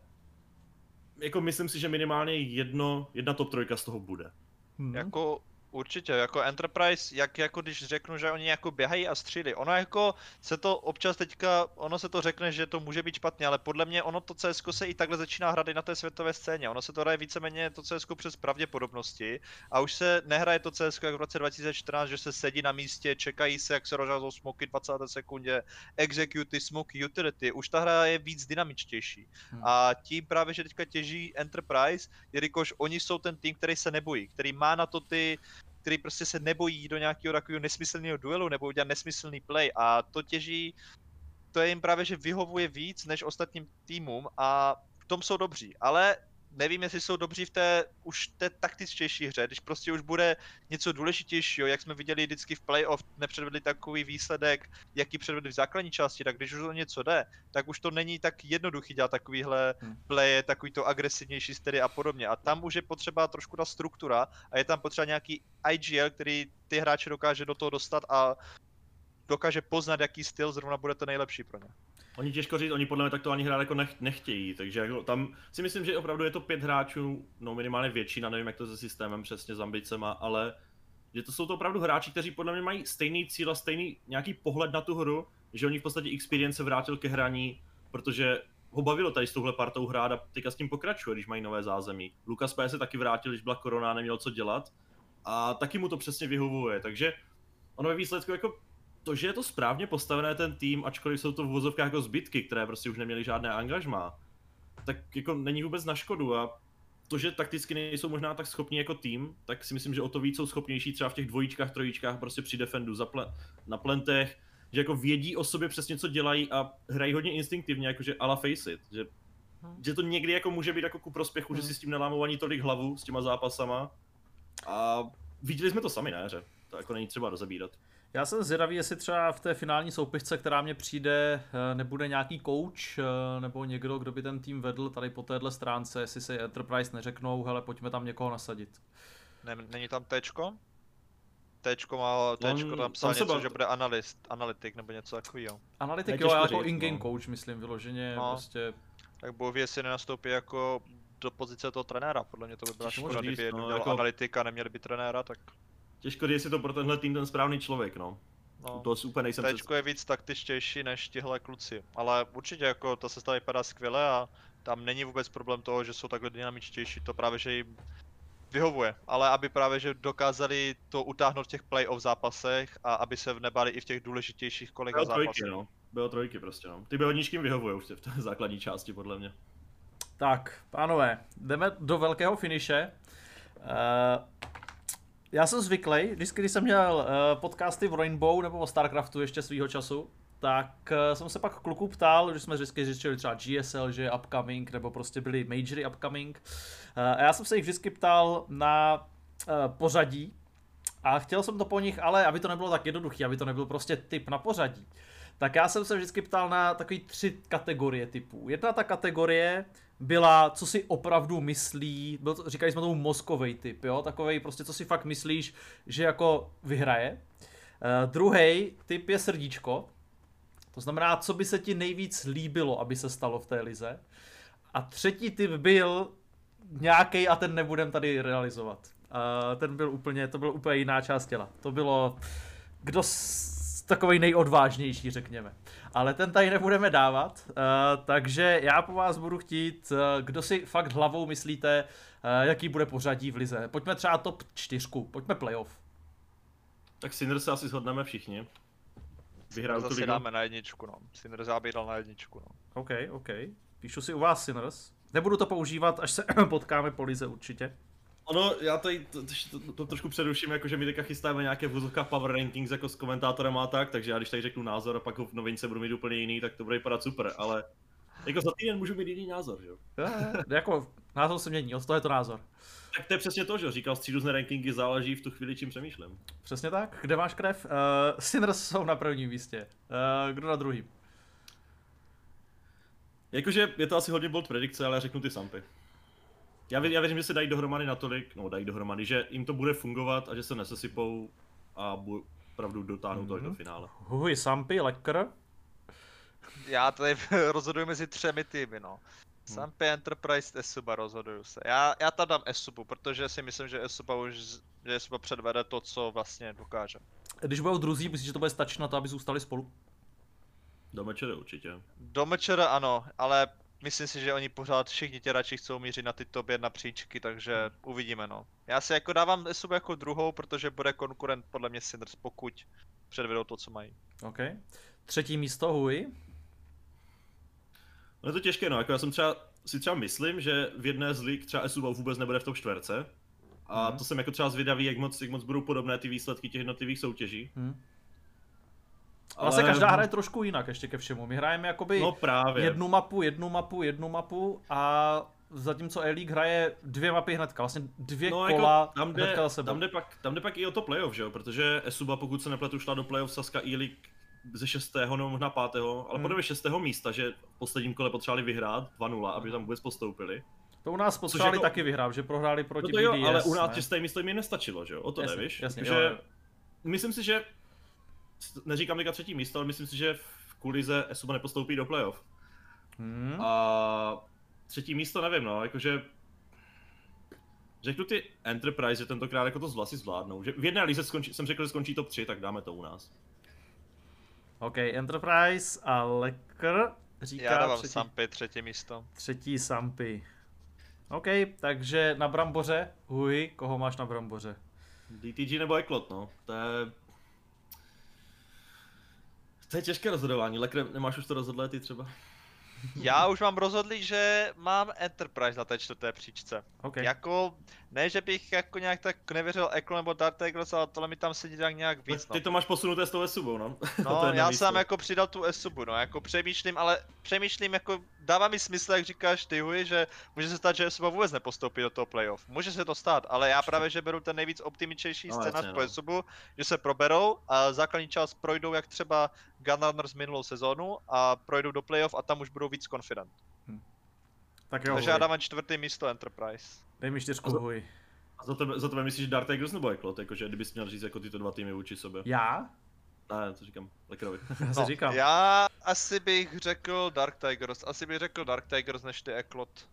jako myslím si, že minimálně jedno, jedna top trojka z toho bude. Hmm. Jako určitě, jako Enterprise, jak jako když řeknu, že oni jako běhají a střílí, ono jako se to občas teďka, ono se to řekne, že to může být špatně, ale podle mě ono to C S se i takhle začíná hrát i na té světové scéně, ono se to hraje víceméně to C S přes pravděpodobnosti a už se nehraje to C S jak v roce dva tisíce čtrnáct, že se sedí na místě, čekají se, jak se rozházou smoky dvacáté sekundě, executy, smoky, utility, už ta hra je víc dynamičtější hmm. a tím právě, že teďka těží Enterprise, jelikož oni jsou ten tým, který se nebojí, který má na to ty který prostě se nebojí do nějakého takového nesmyslného duelu nebo udělat nesmyslný play a to těží, to je jim právě, že vyhovuje víc než ostatním týmům a v tom jsou dobří, ale nevím, jestli jsou dobří v té už té taktičtější hře, když prostě už bude něco důležitějšího, jak jsme viděli vždycky v playoff, nepředvedli takový výsledek, jaký předvedli v základní části, tak když už to něco jde, tak už to není tak jednoduchý dělat takovýhle playe, takový to agresivnější styly a podobně. A tam už je potřeba trošku ta struktura a je tam potřeba nějaký I G L, který ty hráče dokáže do toho dostat a dokáže poznat, jaký styl zrovna bude ten nejlepší pro ně. Oni těžko říct, oni podle mě tak to ani hrát jako nech, nechtějí, takže jako tam si myslím, že opravdu je to pět hráčů, no minimálně většina, nevím jak to se systémem přesně, s ambicema, ale že to jsou to opravdu hráči, kteří podle mě mají stejný cíl a stejný nějaký pohled na tu hru, že oni v podstatě Experience se vrátil ke hraní, protože ho bavilo tady s touhle partou hrát a teďka s tím pokračuje, když mají nové zázemí. Lucas P. se taky vrátil, když byla korona a neměl co dělat a taky mu to přesně vyhovuje, takže ono ve výsledku jako to, že je to správně postavené ten tým, ačkoliv jsou to v vozovkách jako zbytky, které prostě už neměly žádné angažmá, tak jako není vůbec na škodu a to, že takticky nejsou možná tak schopní jako tým, tak si myslím, že o to víc jsou schopnější třeba v těch dvojičkách, trojičkách prostě při defendu, za ple- na plentech, že jako vědí o sobě přesně co dělají a hrají hodně instinktivně, jakože a la face it, že, že to někdy jako může být jako ku prospěchu, hmm. že si s tím nelámou ani tolik hlavu s těma zápasama a viděli jsme to sami na hře, to jako není třeba rozebírat. Já jsem zvědavý, jestli třeba v té finální soupišce, která mě přijde, nebude nějaký coach nebo někdo, kdo by ten tým vedl tady po téhle stránce, jestli se Enterprise neřeknou, hele, pojďme tam někoho nasadit. Ne, není tam Tčko? Tčko má, Tčko tam psal něco, že bude analyst, analytik nebo něco takového. Analytik jo, jako in-game no. coach, myslím, vyloženě no. prostě. Tak Bohu jestli nenastoupí jako do pozice toho trenéra, podle mě to by byla škoda, kdyby no, měl jako... analytika, neměli by trenéra, tak... Těžko říct, jestli to pro tenhle tým ten správný člověk, no. No, to super nejsem Tčko před... je víc taktičtější než tihle kluci, ale určitě jako ta sestava vypadá skvěle a tam není vůbec problém toho, že jsou takhle dynamičtější, to právě že jim vyhovuje, ale aby právě že dokázali to utáhnout v těch playoff zápasech a aby se nebáli i v těch důležitějších kolech a zápasech. No. Bylo trojky prostě, no. Ty behodníčky vyhovuje už v té základní části, podle mě. Tak, pánové, jdeme do velkého finiše. Uh... Já jsem zvyklý, vždycky, když jsem měl uh, podcasty v Rainbow nebo o Starcraftu ještě svýho času, tak uh, jsem se pak kluků ptal, když jsme vždycky řešili třeba G S L, že je upcoming, nebo prostě byly majory upcoming. Uh, a já jsem se jich vždycky ptal na uh, pořadí a chtěl jsem to po nich, ale aby to nebylo tak jednoduché, aby to nebyl prostě typ na pořadí. Tak já jsem se vždycky ptal na takové tři kategorie typů. Jedna ta kategorie byla, co si opravdu myslí, byl to, říkali jsme tomu mozkovej typ, jo, takovej prostě, co si fakt myslíš, že jako vyhraje. Uh, druhý typ je srdíčko, to znamená, co by se ti nejvíc líbilo, aby se stalo v té lize. A třetí typ byl nějaký a ten nebudem tady realizovat. Uh, ten byl úplně, to byl úplně jiná část těla. To bylo, kdo s, takovej nejodvážnější, řekněme. Ale ten tady nebudeme dávat, uh, takže já po vás budu chtít, uh, kdo si fakt hlavou myslíte, uh, jaký bude pořadí v lize. Pojďme třeba top čtyřku, pojďme playoff. Tak Sinners se asi shodneme všichni. Vyhrál tu ligu. Dáme na jedničku, no. Sinners já bych dal na jedničku, no. OK, OK. Píšu si u vás Sinners. Nebudu to používat, až se potkáme po lize určitě. Ono, já tady to, to, to, to trošku přeruším, jakože my teďka chystáme nějaké vozovka power rankings jako s komentátorem a tak, takže já když tady řeknu názor a pak ho v novince budu mít úplně jiný, tak to bude vypadat super, ale Jako za týden můžu mít jiný názor, že jo? Jako, názor se mění, od toho je to názor. Tak to je přesně to, že jo? Říkal, střídu z rankingy záleží v tu chvíli, čím přemýšlím. Přesně tak. Kde máš krev? Uh, Sinners jsou na prvním místě. Uh, kdo na druhým? Jakože je to asi hodně bold predikce, ale já řeknu ty Sampy. Já, vě, já věřím, že se dají dohromady natolik, no dají dohromady, že jim to bude fungovat a že se nesesypou a bu, opravdu dotáhnou mm-hmm. to až do finále. Huj, Sampy, Lekr. Já tady rozhoduji mezi třemi týmy, no. Sampy, Enterprise, Esuba, rozhoduju se. Já, já tam dám Esubu, protože si myslím, že Esuba už že Esuba předvede to, co vlastně dokáže. Když budou druzí, myslíš, že to bude stačit na to, aby zůstali spolu? Do mečere určitě. Do mečera ano, ale myslím si, že oni pořád všichni ti radši chcou mířit na ty top jedna příčky, takže uvidíme, no. Já si jako dávám Esubu jako druhou, protože bude konkurent podle mě Sinners, pokud předvedou to, co mají. OK. Třetí místo, Huj. No je to těžké, no, jako já jsem třeba, si třeba myslím, že v jedné z lig třeba Esuba vůbec nebude v top čtverce. A mm. to jsem jako třeba zvědavý, jak moc, jak moc budou podobné ty výsledky těch jednotlivých soutěží. Mm. Ale... Vlastně každá hra je trošku jinak ještě ke všemu. My hrajeme jakoby no právě. jednu mapu, jednu mapu, jednu mapu a zatímco E-League hraje dvě mapy hnedka, vlastně dvě no, kola jako tam jde, hnedka za sebou. Tam jde, pak, tam jde pak i o to playoff, že jo, protože Esuba, pokud se nepletu, šla do playoff Saska E-League ze šestého nebo možná pátého, ale hmm. podle šestého místa, že v posledním kole potřebovali vyhrát dva nula, aby tam vůbec postoupili. To u nás potřebovali jako... taky vyhrát, že prohráli proti no to jo, B D S, ale u nás ne? čisté místo jim nestačilo, že jo, o to jasně, nevíš. Jasně, že jo, jo. Myslím si, že, neříkám teďka třetí místo, ale myslím si, že v kulize Esuba nepostoupí do playoff. Hmm. A třetí místo nevím, no, jakože řeknu ty Enterprise, že tentokrát jako to z vlasy zvládnou, že v jedné lize skončí, jsem řekl, že skončí top tři, tak dáme to u nás. OK, Enterprise a Lekr říká Já dávám třetí, Sampy, třetí místo. Třetí Sampy. OK, takže na bramboře, Huj, koho máš na bramboře? D T G nebo Eklot, no, to je... To je těžké rozhodování, Lekr, nemáš už to rozhodlé ty třeba? Já už mám rozhodlý, že mám Enterprise na té čtvrté příčce. Okay. Jako, ne, že bych jako nějak tak nevěřil Eklo nebo Dark Tigers, ale tohle mi tam sedí tak nějak víc, no. Ty to máš posunuté s tou Esubou, no. No, já jsem jako přidal tu Esubu, no, jako přemýšlím, ale přemýšlím, jako dává mi smysl, jak říkáš ty, Huj, že může se stát, že Esuba vůbec nepostoupí do toho playoff. Může se to stát, ale já právě, že beru ten nejvíc optimičnější no, scénář jasně, po no. Esubu, že se proberou a základní část projdou jak třeba Gunrunners minulou sezónu a projdou do playoff a tam už budou víc confident. Hm. Tak jo, takže já dávám čtvrtý místo Enterprise. Dej mi čtyřku, za, Huj. A za tebe, za tebe myslíš Dark Tigers nebo Eklot, jakože kdybys měl říct jako tyto dva týmy vůči sobě? Já? Ne, to říkám Lekrovi. Já no, říkám. Já asi bych řekl Dark Tigers, asi bych řekl Dark Tigers než ty Eklot.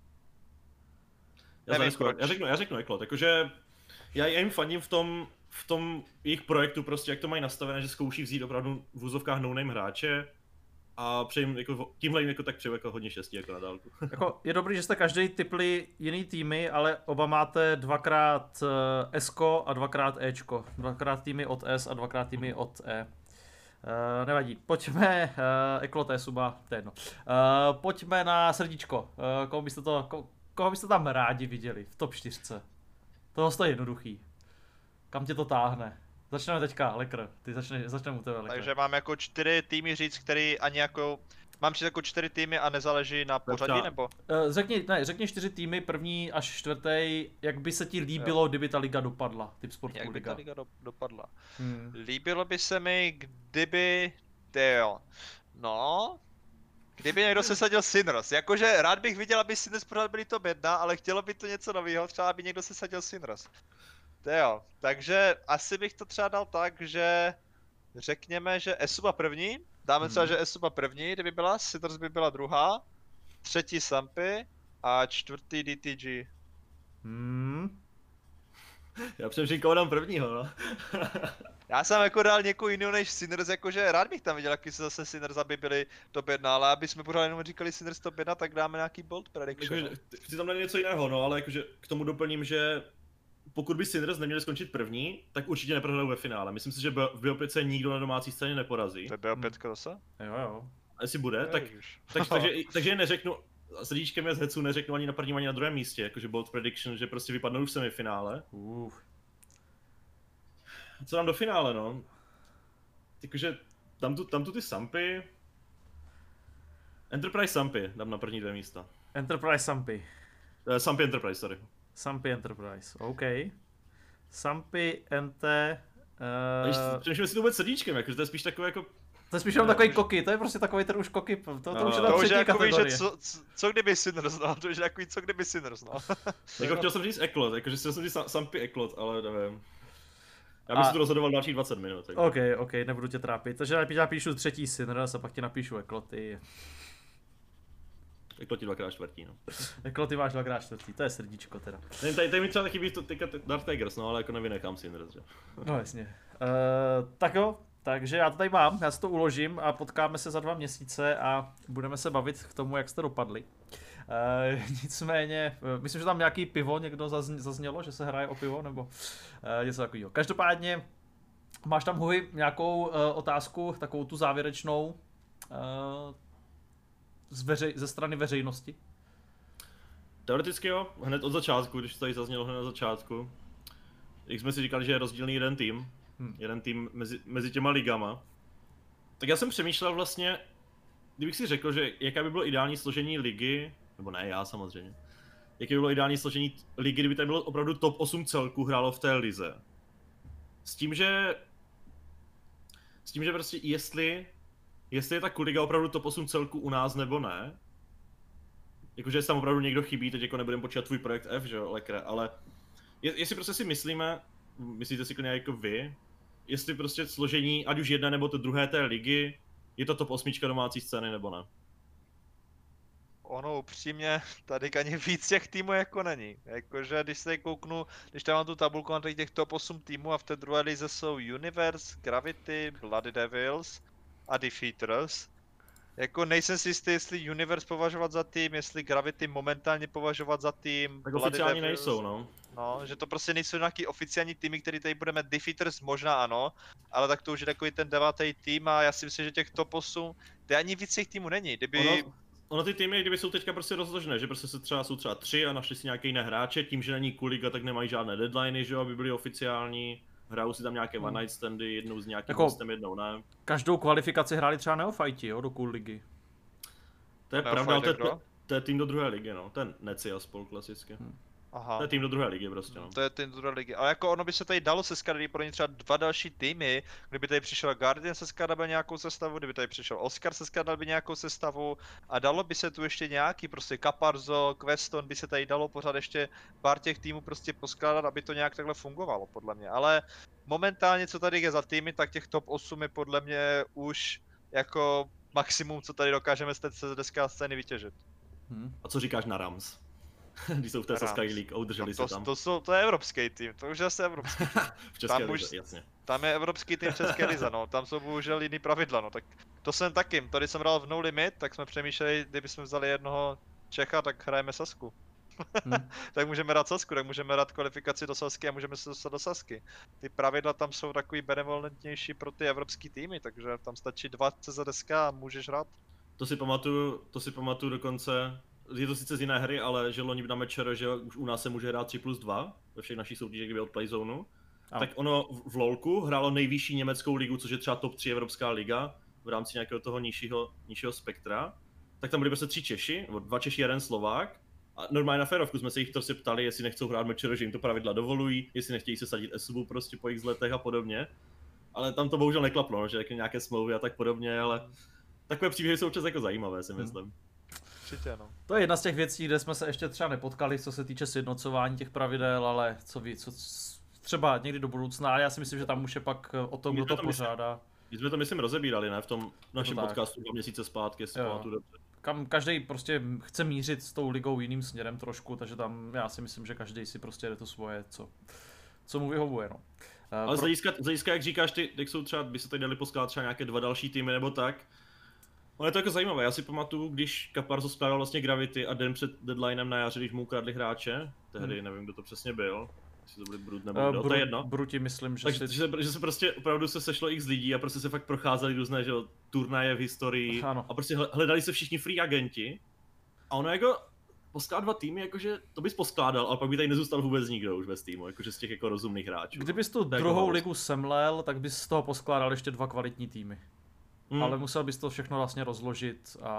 Já, Nevím, já, řeknu, já řeknu Eklot, jakože já, já jim faním v tom, v tom jejich projektu prostě, jak to mají nastavené, že zkouší vzít opravdu v úzovkách no-name hráče a přejím, jako, tímhle jim jako tak přeju jako hodně štěstí jako na dálku. Jako, je dobrý, že jste každý typli jiný týmy, ale oba máte dvakrát Esko a dvakrát Ečko. Dvakrát týmy od S a dvakrát týmy od E. Uh, nevadí, pojďme, uh, Eklot, Esuba, to je jedno. Uh, pojďme na srdíčko, uh, koho byste to, ko, koho byste tam rádi viděli v top čtyřce? Tohle je jednoduchý. Kam tě to táhne? Začneme teďka, Lekr, ty začne, začneme u tebe, Lekr. Takže mám jako čtyři týmy říct, který ani jako... Mám říct jako čtyři týmy a nezáleží na pořadí, Třeba. nebo? Uh, řekni, ne, řekni čtyři týmy, první až čtvrtý, jak by se ti líbilo, jo. kdyby ta liga dopadla, typ sportu Jak by liga. ta liga do, dopadla? Hmm. Líbilo by se mi, kdyby... Tyjo. No... Kdyby někdo sesadil Sinners, jakože rád bych viděl, aby Sinners pořád byli top jedna, ale chtělo by to něco nového, třeba aby někdo sesadil Sinners. To jo, takže asi bych to třeba dal tak, že řekněme, že Esuba první, dáme třeba, hmm. že Esuba první, kdyby byla, Sinners by byla druhá, třetí Sampy a čtvrtý D T G. Hmm. Já přemýšlím, koho dám prvního, no. Já jsem jako dal někoho jiného než Sinners, jakože rád bych tam viděl, jaký se zase Sinners, aby byli top jedna, ale aby jsme pořád jenom říkali Sinners top jedna, tak dáme nějaký bold prediction. Jakože, chci tam dát něco jiného, no, ale jakože k tomu doplním, že pokud by Sinners neměli skončit první, tak určitě neprohrajou ve finále. Myslím si, že v B O pět se nikdo na domácí scéně neporazí. To je B O pět zase? Jo, jo. A jestli bude, tak, tak, takže, takže neřeknu, s líčkem je z hecu neřeknu ani na prvním, ani na druhém místě, jakože bold prediction, že prostě vypadnou v semifinále. Uf. Co dám do finále, no? Jakože tam tu, tam tu ty Sampy. Enterprise Sampy, dám na první dvě místa. Enterprise Sampy. Uh, Sampy Enterprise, sorry. Sampy Enterprise, OK. Sampy Ente... Uh... Přemýšlím si to vůbec srdíčkem, jakože to je spíš takové jako... To je spíš jenom takový koky, to je prostě takový ten už koky, to, to, to no, už je to ta už je třetí jako kategorie. víš, že co, co, co kdyby Sinners, no, to už je jako co kdyby Sinners, no. Jako chtěl jsem říct Eklot, jakože chtěl jsem říct Sampy Eklot, ale nevím. Já bych A... si to rozhodoval další dvacet minut. Tak. OK, OK, nebudu tě trápit, takže já napíšu třetí Sinners a pak ti napíšu Ekloty. Ekloti dvakrát čtvrtí, no. Ekloty máš dvakrát čtvrtý, to je srdíčko teda. Ne, tady, tady mi třeba chybí to teďka Darth Tigers, no ale jako nevynechám Sinners, že? No jasně. Uh, tak jo, takže já to tady mám, já si to uložím a potkáme se za dva měsíce a budeme se bavit k tomu, jak jste dopadli. Uh, nicméně, uh, myslím, že tam nějaký pivo někdo zazn- zaznělo, že se hraje o pivo, nebo uh, něco takového. Každopádně, máš tam, Huhy, nějakou uh, otázku, takovou tu závěrečnou, uh, z veřej- ze strany veřejnosti? Teoreticky jo, hned od začátku, když to tady zaznělo hned na začátku. Jak jsme si říkali, že je rozdílný jeden tým, hmm. jeden tým mezi, mezi těma ligama. Tak já jsem přemýšlel vlastně, kdybych si řekl, že jaká by bylo ideální složení ligy, nebo ne já samozřejmě, jaké by bylo ideální složení ligy, kdyby tady bylo opravdu top osm celků hrálo v té lize. S tím, že s tím, že prostě jestli jestli je ta liga opravdu top osm celků u nás nebo ne. Jakože jestli tam opravdu někdo chybí, teď jako nebudeme počítat tvůj projekt F, že jo, Lekre, ale je, jestli prostě si myslíme, myslíte si klidně jako vy, jestli prostě složení, ať už jedné nebo to druhé té ligy, je to top osmička domácí scény nebo ne? Ono upřímně, tady ani víc těch týmů jako není. Jakože když se kouknu, když tam mám tu tabulku na těch top osm týmů a v té druhé lize jsou Universe, Gravity, Bloody Devils a Defeaters. Jako nejsem si jistý, jestli Universe považovat za tým, jestli Gravity momentálně považovat za tým. Tak oficiálně Devils, nejsou, no. No, že to prostě nejsou nějaký oficiální týmy, který tady budeme, Defeaters možná ano, ale tak to už je takový ten devátý tým a já si myslím, že těch top osm, to ani víc těch týmů není, kdyby... Ono, ono ty týmy, kdyby jsou teďka prostě rozložené, že prostě se třeba jsou třeba tři a našli si nějaký jiné hráče, tím, že není liga, tak nemají žádné deadliny, že jo, aby byly oficiální. Hrajou si tam nějaké one night standy, jednou s nějakým jako hostem, jednou ne. Každou kvalifikaci hráli třeba neofajti, jo, do cool ligy. To je pravda, ale to, to, to je tým do druhé ligy, no. Ten Neci a spol klasicky. Hmm. Aha. To je tým do druhé ligy prostě, no. To je tým do druhé ligy. Ale jako ono by se tady dalo seskládat pro ně třeba dva další týmy, kdyby tady přišel Guardian seskládat by nějakou sestavu, kdyby tady přišel Oscar seskládat by nějakou sestavu a dalo by se tu ještě nějaký prostě Caparzo, Queston by se tady dalo pořád ještě pár těch týmů prostě poskládat, aby to nějak takhle fungovalo podle mě. Ale momentálně co tady je za týmy, tak těch top osm je podle mě už jako maximum, co tady dokážeme z té deská scény vytěžit. Hmm. A co říkáš na Rams? Když jsou v té Sky League a udrželi to, se tam. To, to, to je evropský tým, to už je zase evropský tým. V České tam lize, už, jasně. Tam je evropský tým České lize, no, tam jsou bohužel jiný pravidla, no, tak to jsem taky, tady jsem hrál v No Limit, tak jsme přemýšleli, kdybychom vzali jednoho Čecha, tak hrajeme Sasku. Hmm. Tak můžeme hrát Sasku, tak můžeme hrát kvalifikaci do Sasky a můžeme se dostat do Sasky. Ty pravidla tam jsou takový benevolentnější pro ty evropský týmy, takže tam stačí dva C Z S K a můžeš hrát. To si pamatuju, to si pamatuju dokonce, je to sice z jiné hry, ale že loni na Mečer, že už u nás se může hrát tři plus dva ve všech našich soutěžích, kdyby od Playzonu. A. Tak ono v LoLku hrálo nejvyšší německou ligu, což je třeba top tři Evropská liga, v rámci nějakého toho nižšího, nižšího spektra. Tak tam byli prostě tři Češi, nebo dva Češi, jeden Slovák. A normálně na férovku jsme se jich prostě ptali, jestli nechcou hrát Mečer, že jim to pravidla dovolují, jestli nechtějí se sadit S U prostě po x letech a podobně. Ale tam to bohužel neklaplo, no, že nějaké smlouvy a tak podobně, ale takové příběhy jsou občas jako zajímavé, si myslím. Hmm. Určitě, no. To je jedna z těch věcí, kde jsme se ještě třeba nepotkali, co se týče sjednocování těch pravidel, ale co ví, co třeba někdy do budoucna, ale já si myslím, že tam už je pak o tom, kdo to, to pořádá. My jsme to myslím rozebírali, ne? V tom našem podcastu dva měsíce zpátky, jestli pamatuju dobře. Kam každý prostě chce mířit s tou ligou jiným směrem trošku, takže tam já si myslím, že každý si prostě jde to svoje, co, co mu vyhovuje, no. Ale Pro... z hlediska, z hlediska, jak říkáš ty, jak jsou třeba, by se tady dali poskládat třeba nějaké dva další týmy nebo tak. Ale je to jako zajímavé, já si pamatuju, když Caparzo spravil vlastně Gravity a den před deadlinem na jaře, když mu ukradli hráče, tehdy hmm. nevím, kdo to přesně byl, jestli to byli Brut nebo kdo, uh, to je jedno. Bruti myslím, že, Takže, si... že, že se prostě opravdu se sešlo x lidí a prostě se fakt procházeli různé, že turnaje v historii ano. A prostě hledali se všichni free agenti a ono jako poskládat dva týmy, jakože to bys poskládal, ale pak by tady nezůstal vůbec nikdo už bez týmu, jakože z těch jako rozumných hráčů. Kdybys tu tak druhou jako ligu semlel, tak bys z toho poskládal ještě dva kvalitní týmy. Hmm. Ale musel bys to všechno vlastně rozložit a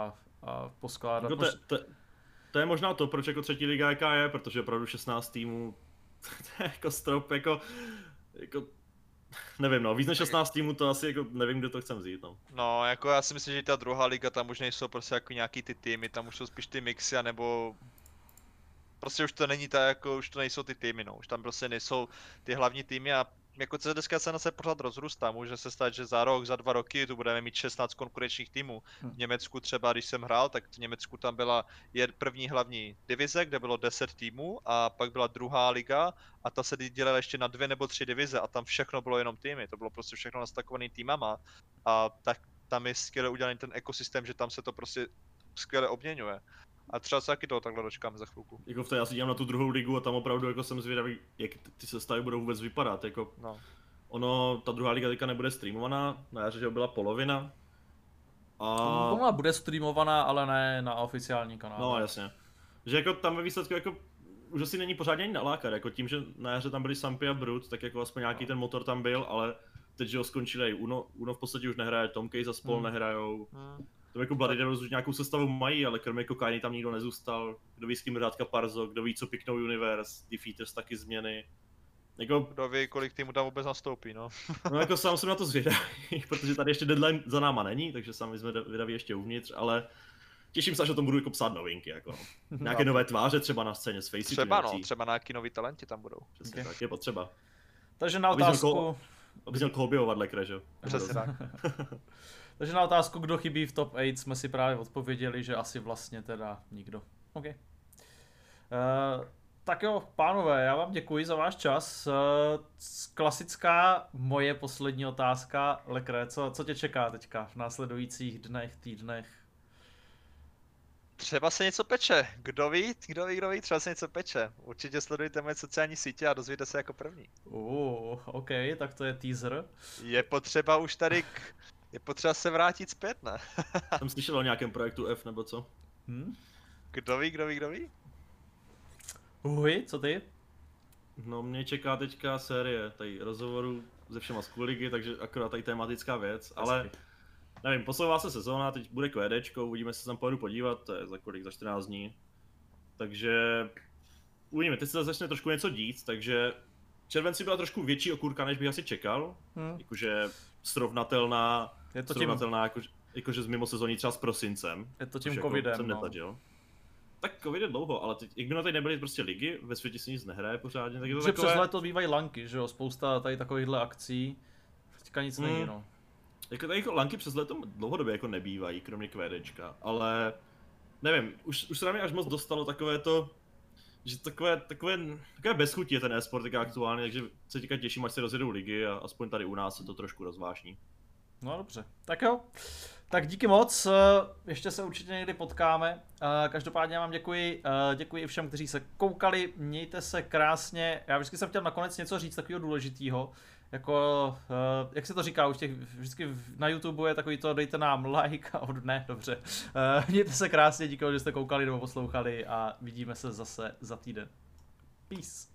a poskládat. Jako te, te, to je možná to, proč jako třetí liga jaká je, protože opravdu šestnáct týmů, to je jako strop, jako, jako nevím no, víc než šestnáct týmů to asi jako nevím, kde to chcem vzít no. No, jako já si myslím, že ta druhá liga, tam už nejsou prostě jako nějaký ty týmy, tam už jsou spíš ty mixy, nebo prostě už to není tak, jako už to nejsou ty týmy, no, už tam prostě nejsou ty hlavní týmy a jako C S cena se pořád rozrůstá, může se stát, že za rok, za dva roky tu budeme mít šestnáct konkurenčních týmů. V Německu třeba, když jsem hrál, tak v Německu tam byla první hlavní divize, kde bylo deset týmů a pak byla druhá liga a ta se dělala ještě na dvě nebo tři divize a tam všechno bylo jenom týmy, to bylo prostě všechno nastakovaný týmama a tak tam je skvěle udělaný ten ekosystém, že tam se to prostě skvěle obměňuje. A třeba se taky toho takhle dočkáme za chvilku. Jako v té já si dívám na tu druhou ligu a tam opravdu jako jsem zvědavý, jak ty sestavy budou vůbec vypadat, jako no. Ono, ta druhá liga teďka nebude streamovaná, na jaře, že byla polovina. A... Ona bude streamovaná, ale ne na oficiální kanál. No jasně. Že jako tam ve výsledku jako už asi není pořádně ani nalákat, jako tím, že na jaře tam byli Sampy a Brut, tak jako aspoň nějaký no. ten motor tam byl, ale teď, že ho skončili i Uno, Uno v podstatě už nehraje, Tom Case a spol hmm. nehrajou. Hmm. To jako Bloody Devils už nějakou sestavu mají, ale kromě Kokainy tam nikdo nezůstal. Kdo ví s kým hrát Parzo, kdo ví co piknou Universe, Defeaters taky změny. Jako... Kdo ví, kolik týmu tam vůbec nastoupí, no. No jako sám jsem na to zvědavý, protože tady ještě deadline za náma není, takže sami jsme vydaví ještě uvnitř, ale těším se, že o tom budu jako psát novinky, jako nějaké nové tváře třeba na scéně s Facey. Třeba no, třeba nějaký nový talenti tam budou. Přesně okay. tak, je potřeba. Takže na otázku... Abys měl koho objevovat lekre, že jo? Přesně tak. Takže na otázku, kdo chybí v top osm, jsme si právě odpověděli, že asi vlastně teda nikdo. OK. Uh, tak jo, pánové, já vám děkuji za váš čas. Uh, klasická moje poslední otázka, Lekre, co, co tě čeká teďka v následujících dnech, týdnech? Třeba se něco peče, kdo ví, kdo ví, kdo ví, třeba se něco peče. Určitě sledujte moje sociální sítě a dozvíte se jako první. Uh, OK, tak to je teaser. Je potřeba už tady, k... je potřeba se vrátit zpět, ne? Jsem slyšel o nějakém projektu F nebo co? Hmm? Kdo ví, kdo ví, kdo ví? Uhy, co ty? No mě čeká teďka série tady rozhovorů se všema z ligy, takže akorát tady tematická věc, ale nevím, posouvá se sezóna, teď bude QDčko, uvidíme, se tam pojedu podívat, to je za kolik, za čtrnáct dní. Takže uvidíme, teď se začne trošku něco dít, takže červenci byla trošku větší okurka, než bych asi čekal, hmm. jakože srovnatelná, je to srovnatelná tím... jakože, jakože z mimo sezóní třeba s prosincem. Je to tím covidem, jsem no. netadil. Tak covid je dlouho, ale teď, jak by na tady nebyly prostě ligy, ve světě se nic nehraje pořádně, tak je to že takové... přes léto bývají lanky, že jo, spousta tady takovýchhle akcí, teďka nic mm. není, no. Jako tady jako lanky přes léto dlouhodobě jako nebývají, kromě QDčka, ale nevím, už, už se na mě až moc dostalo takové to, že takové, takové, takové bezchutí je ten e-sport teďka aktuálně, takže se teďka těším, až se rozjedou ligy a aspoň tady u nás se to trošku rozvášní. No dobře, tak jo. Tak díky moc, ještě se určitě někdy potkáme. Každopádně vám děkuji, děkuji i všem, kteří se koukali, mějte se krásně. Já vždycky jsem chtěl nakonec něco říct takového důležitého. Jako, jak se to říká, už těch, vždycky na YouTube je takový to, dejte nám like a od ne, dobře. Mějte se krásně, díky, že jste koukali nebo poslouchali a vidíme se zase za týden. Peace.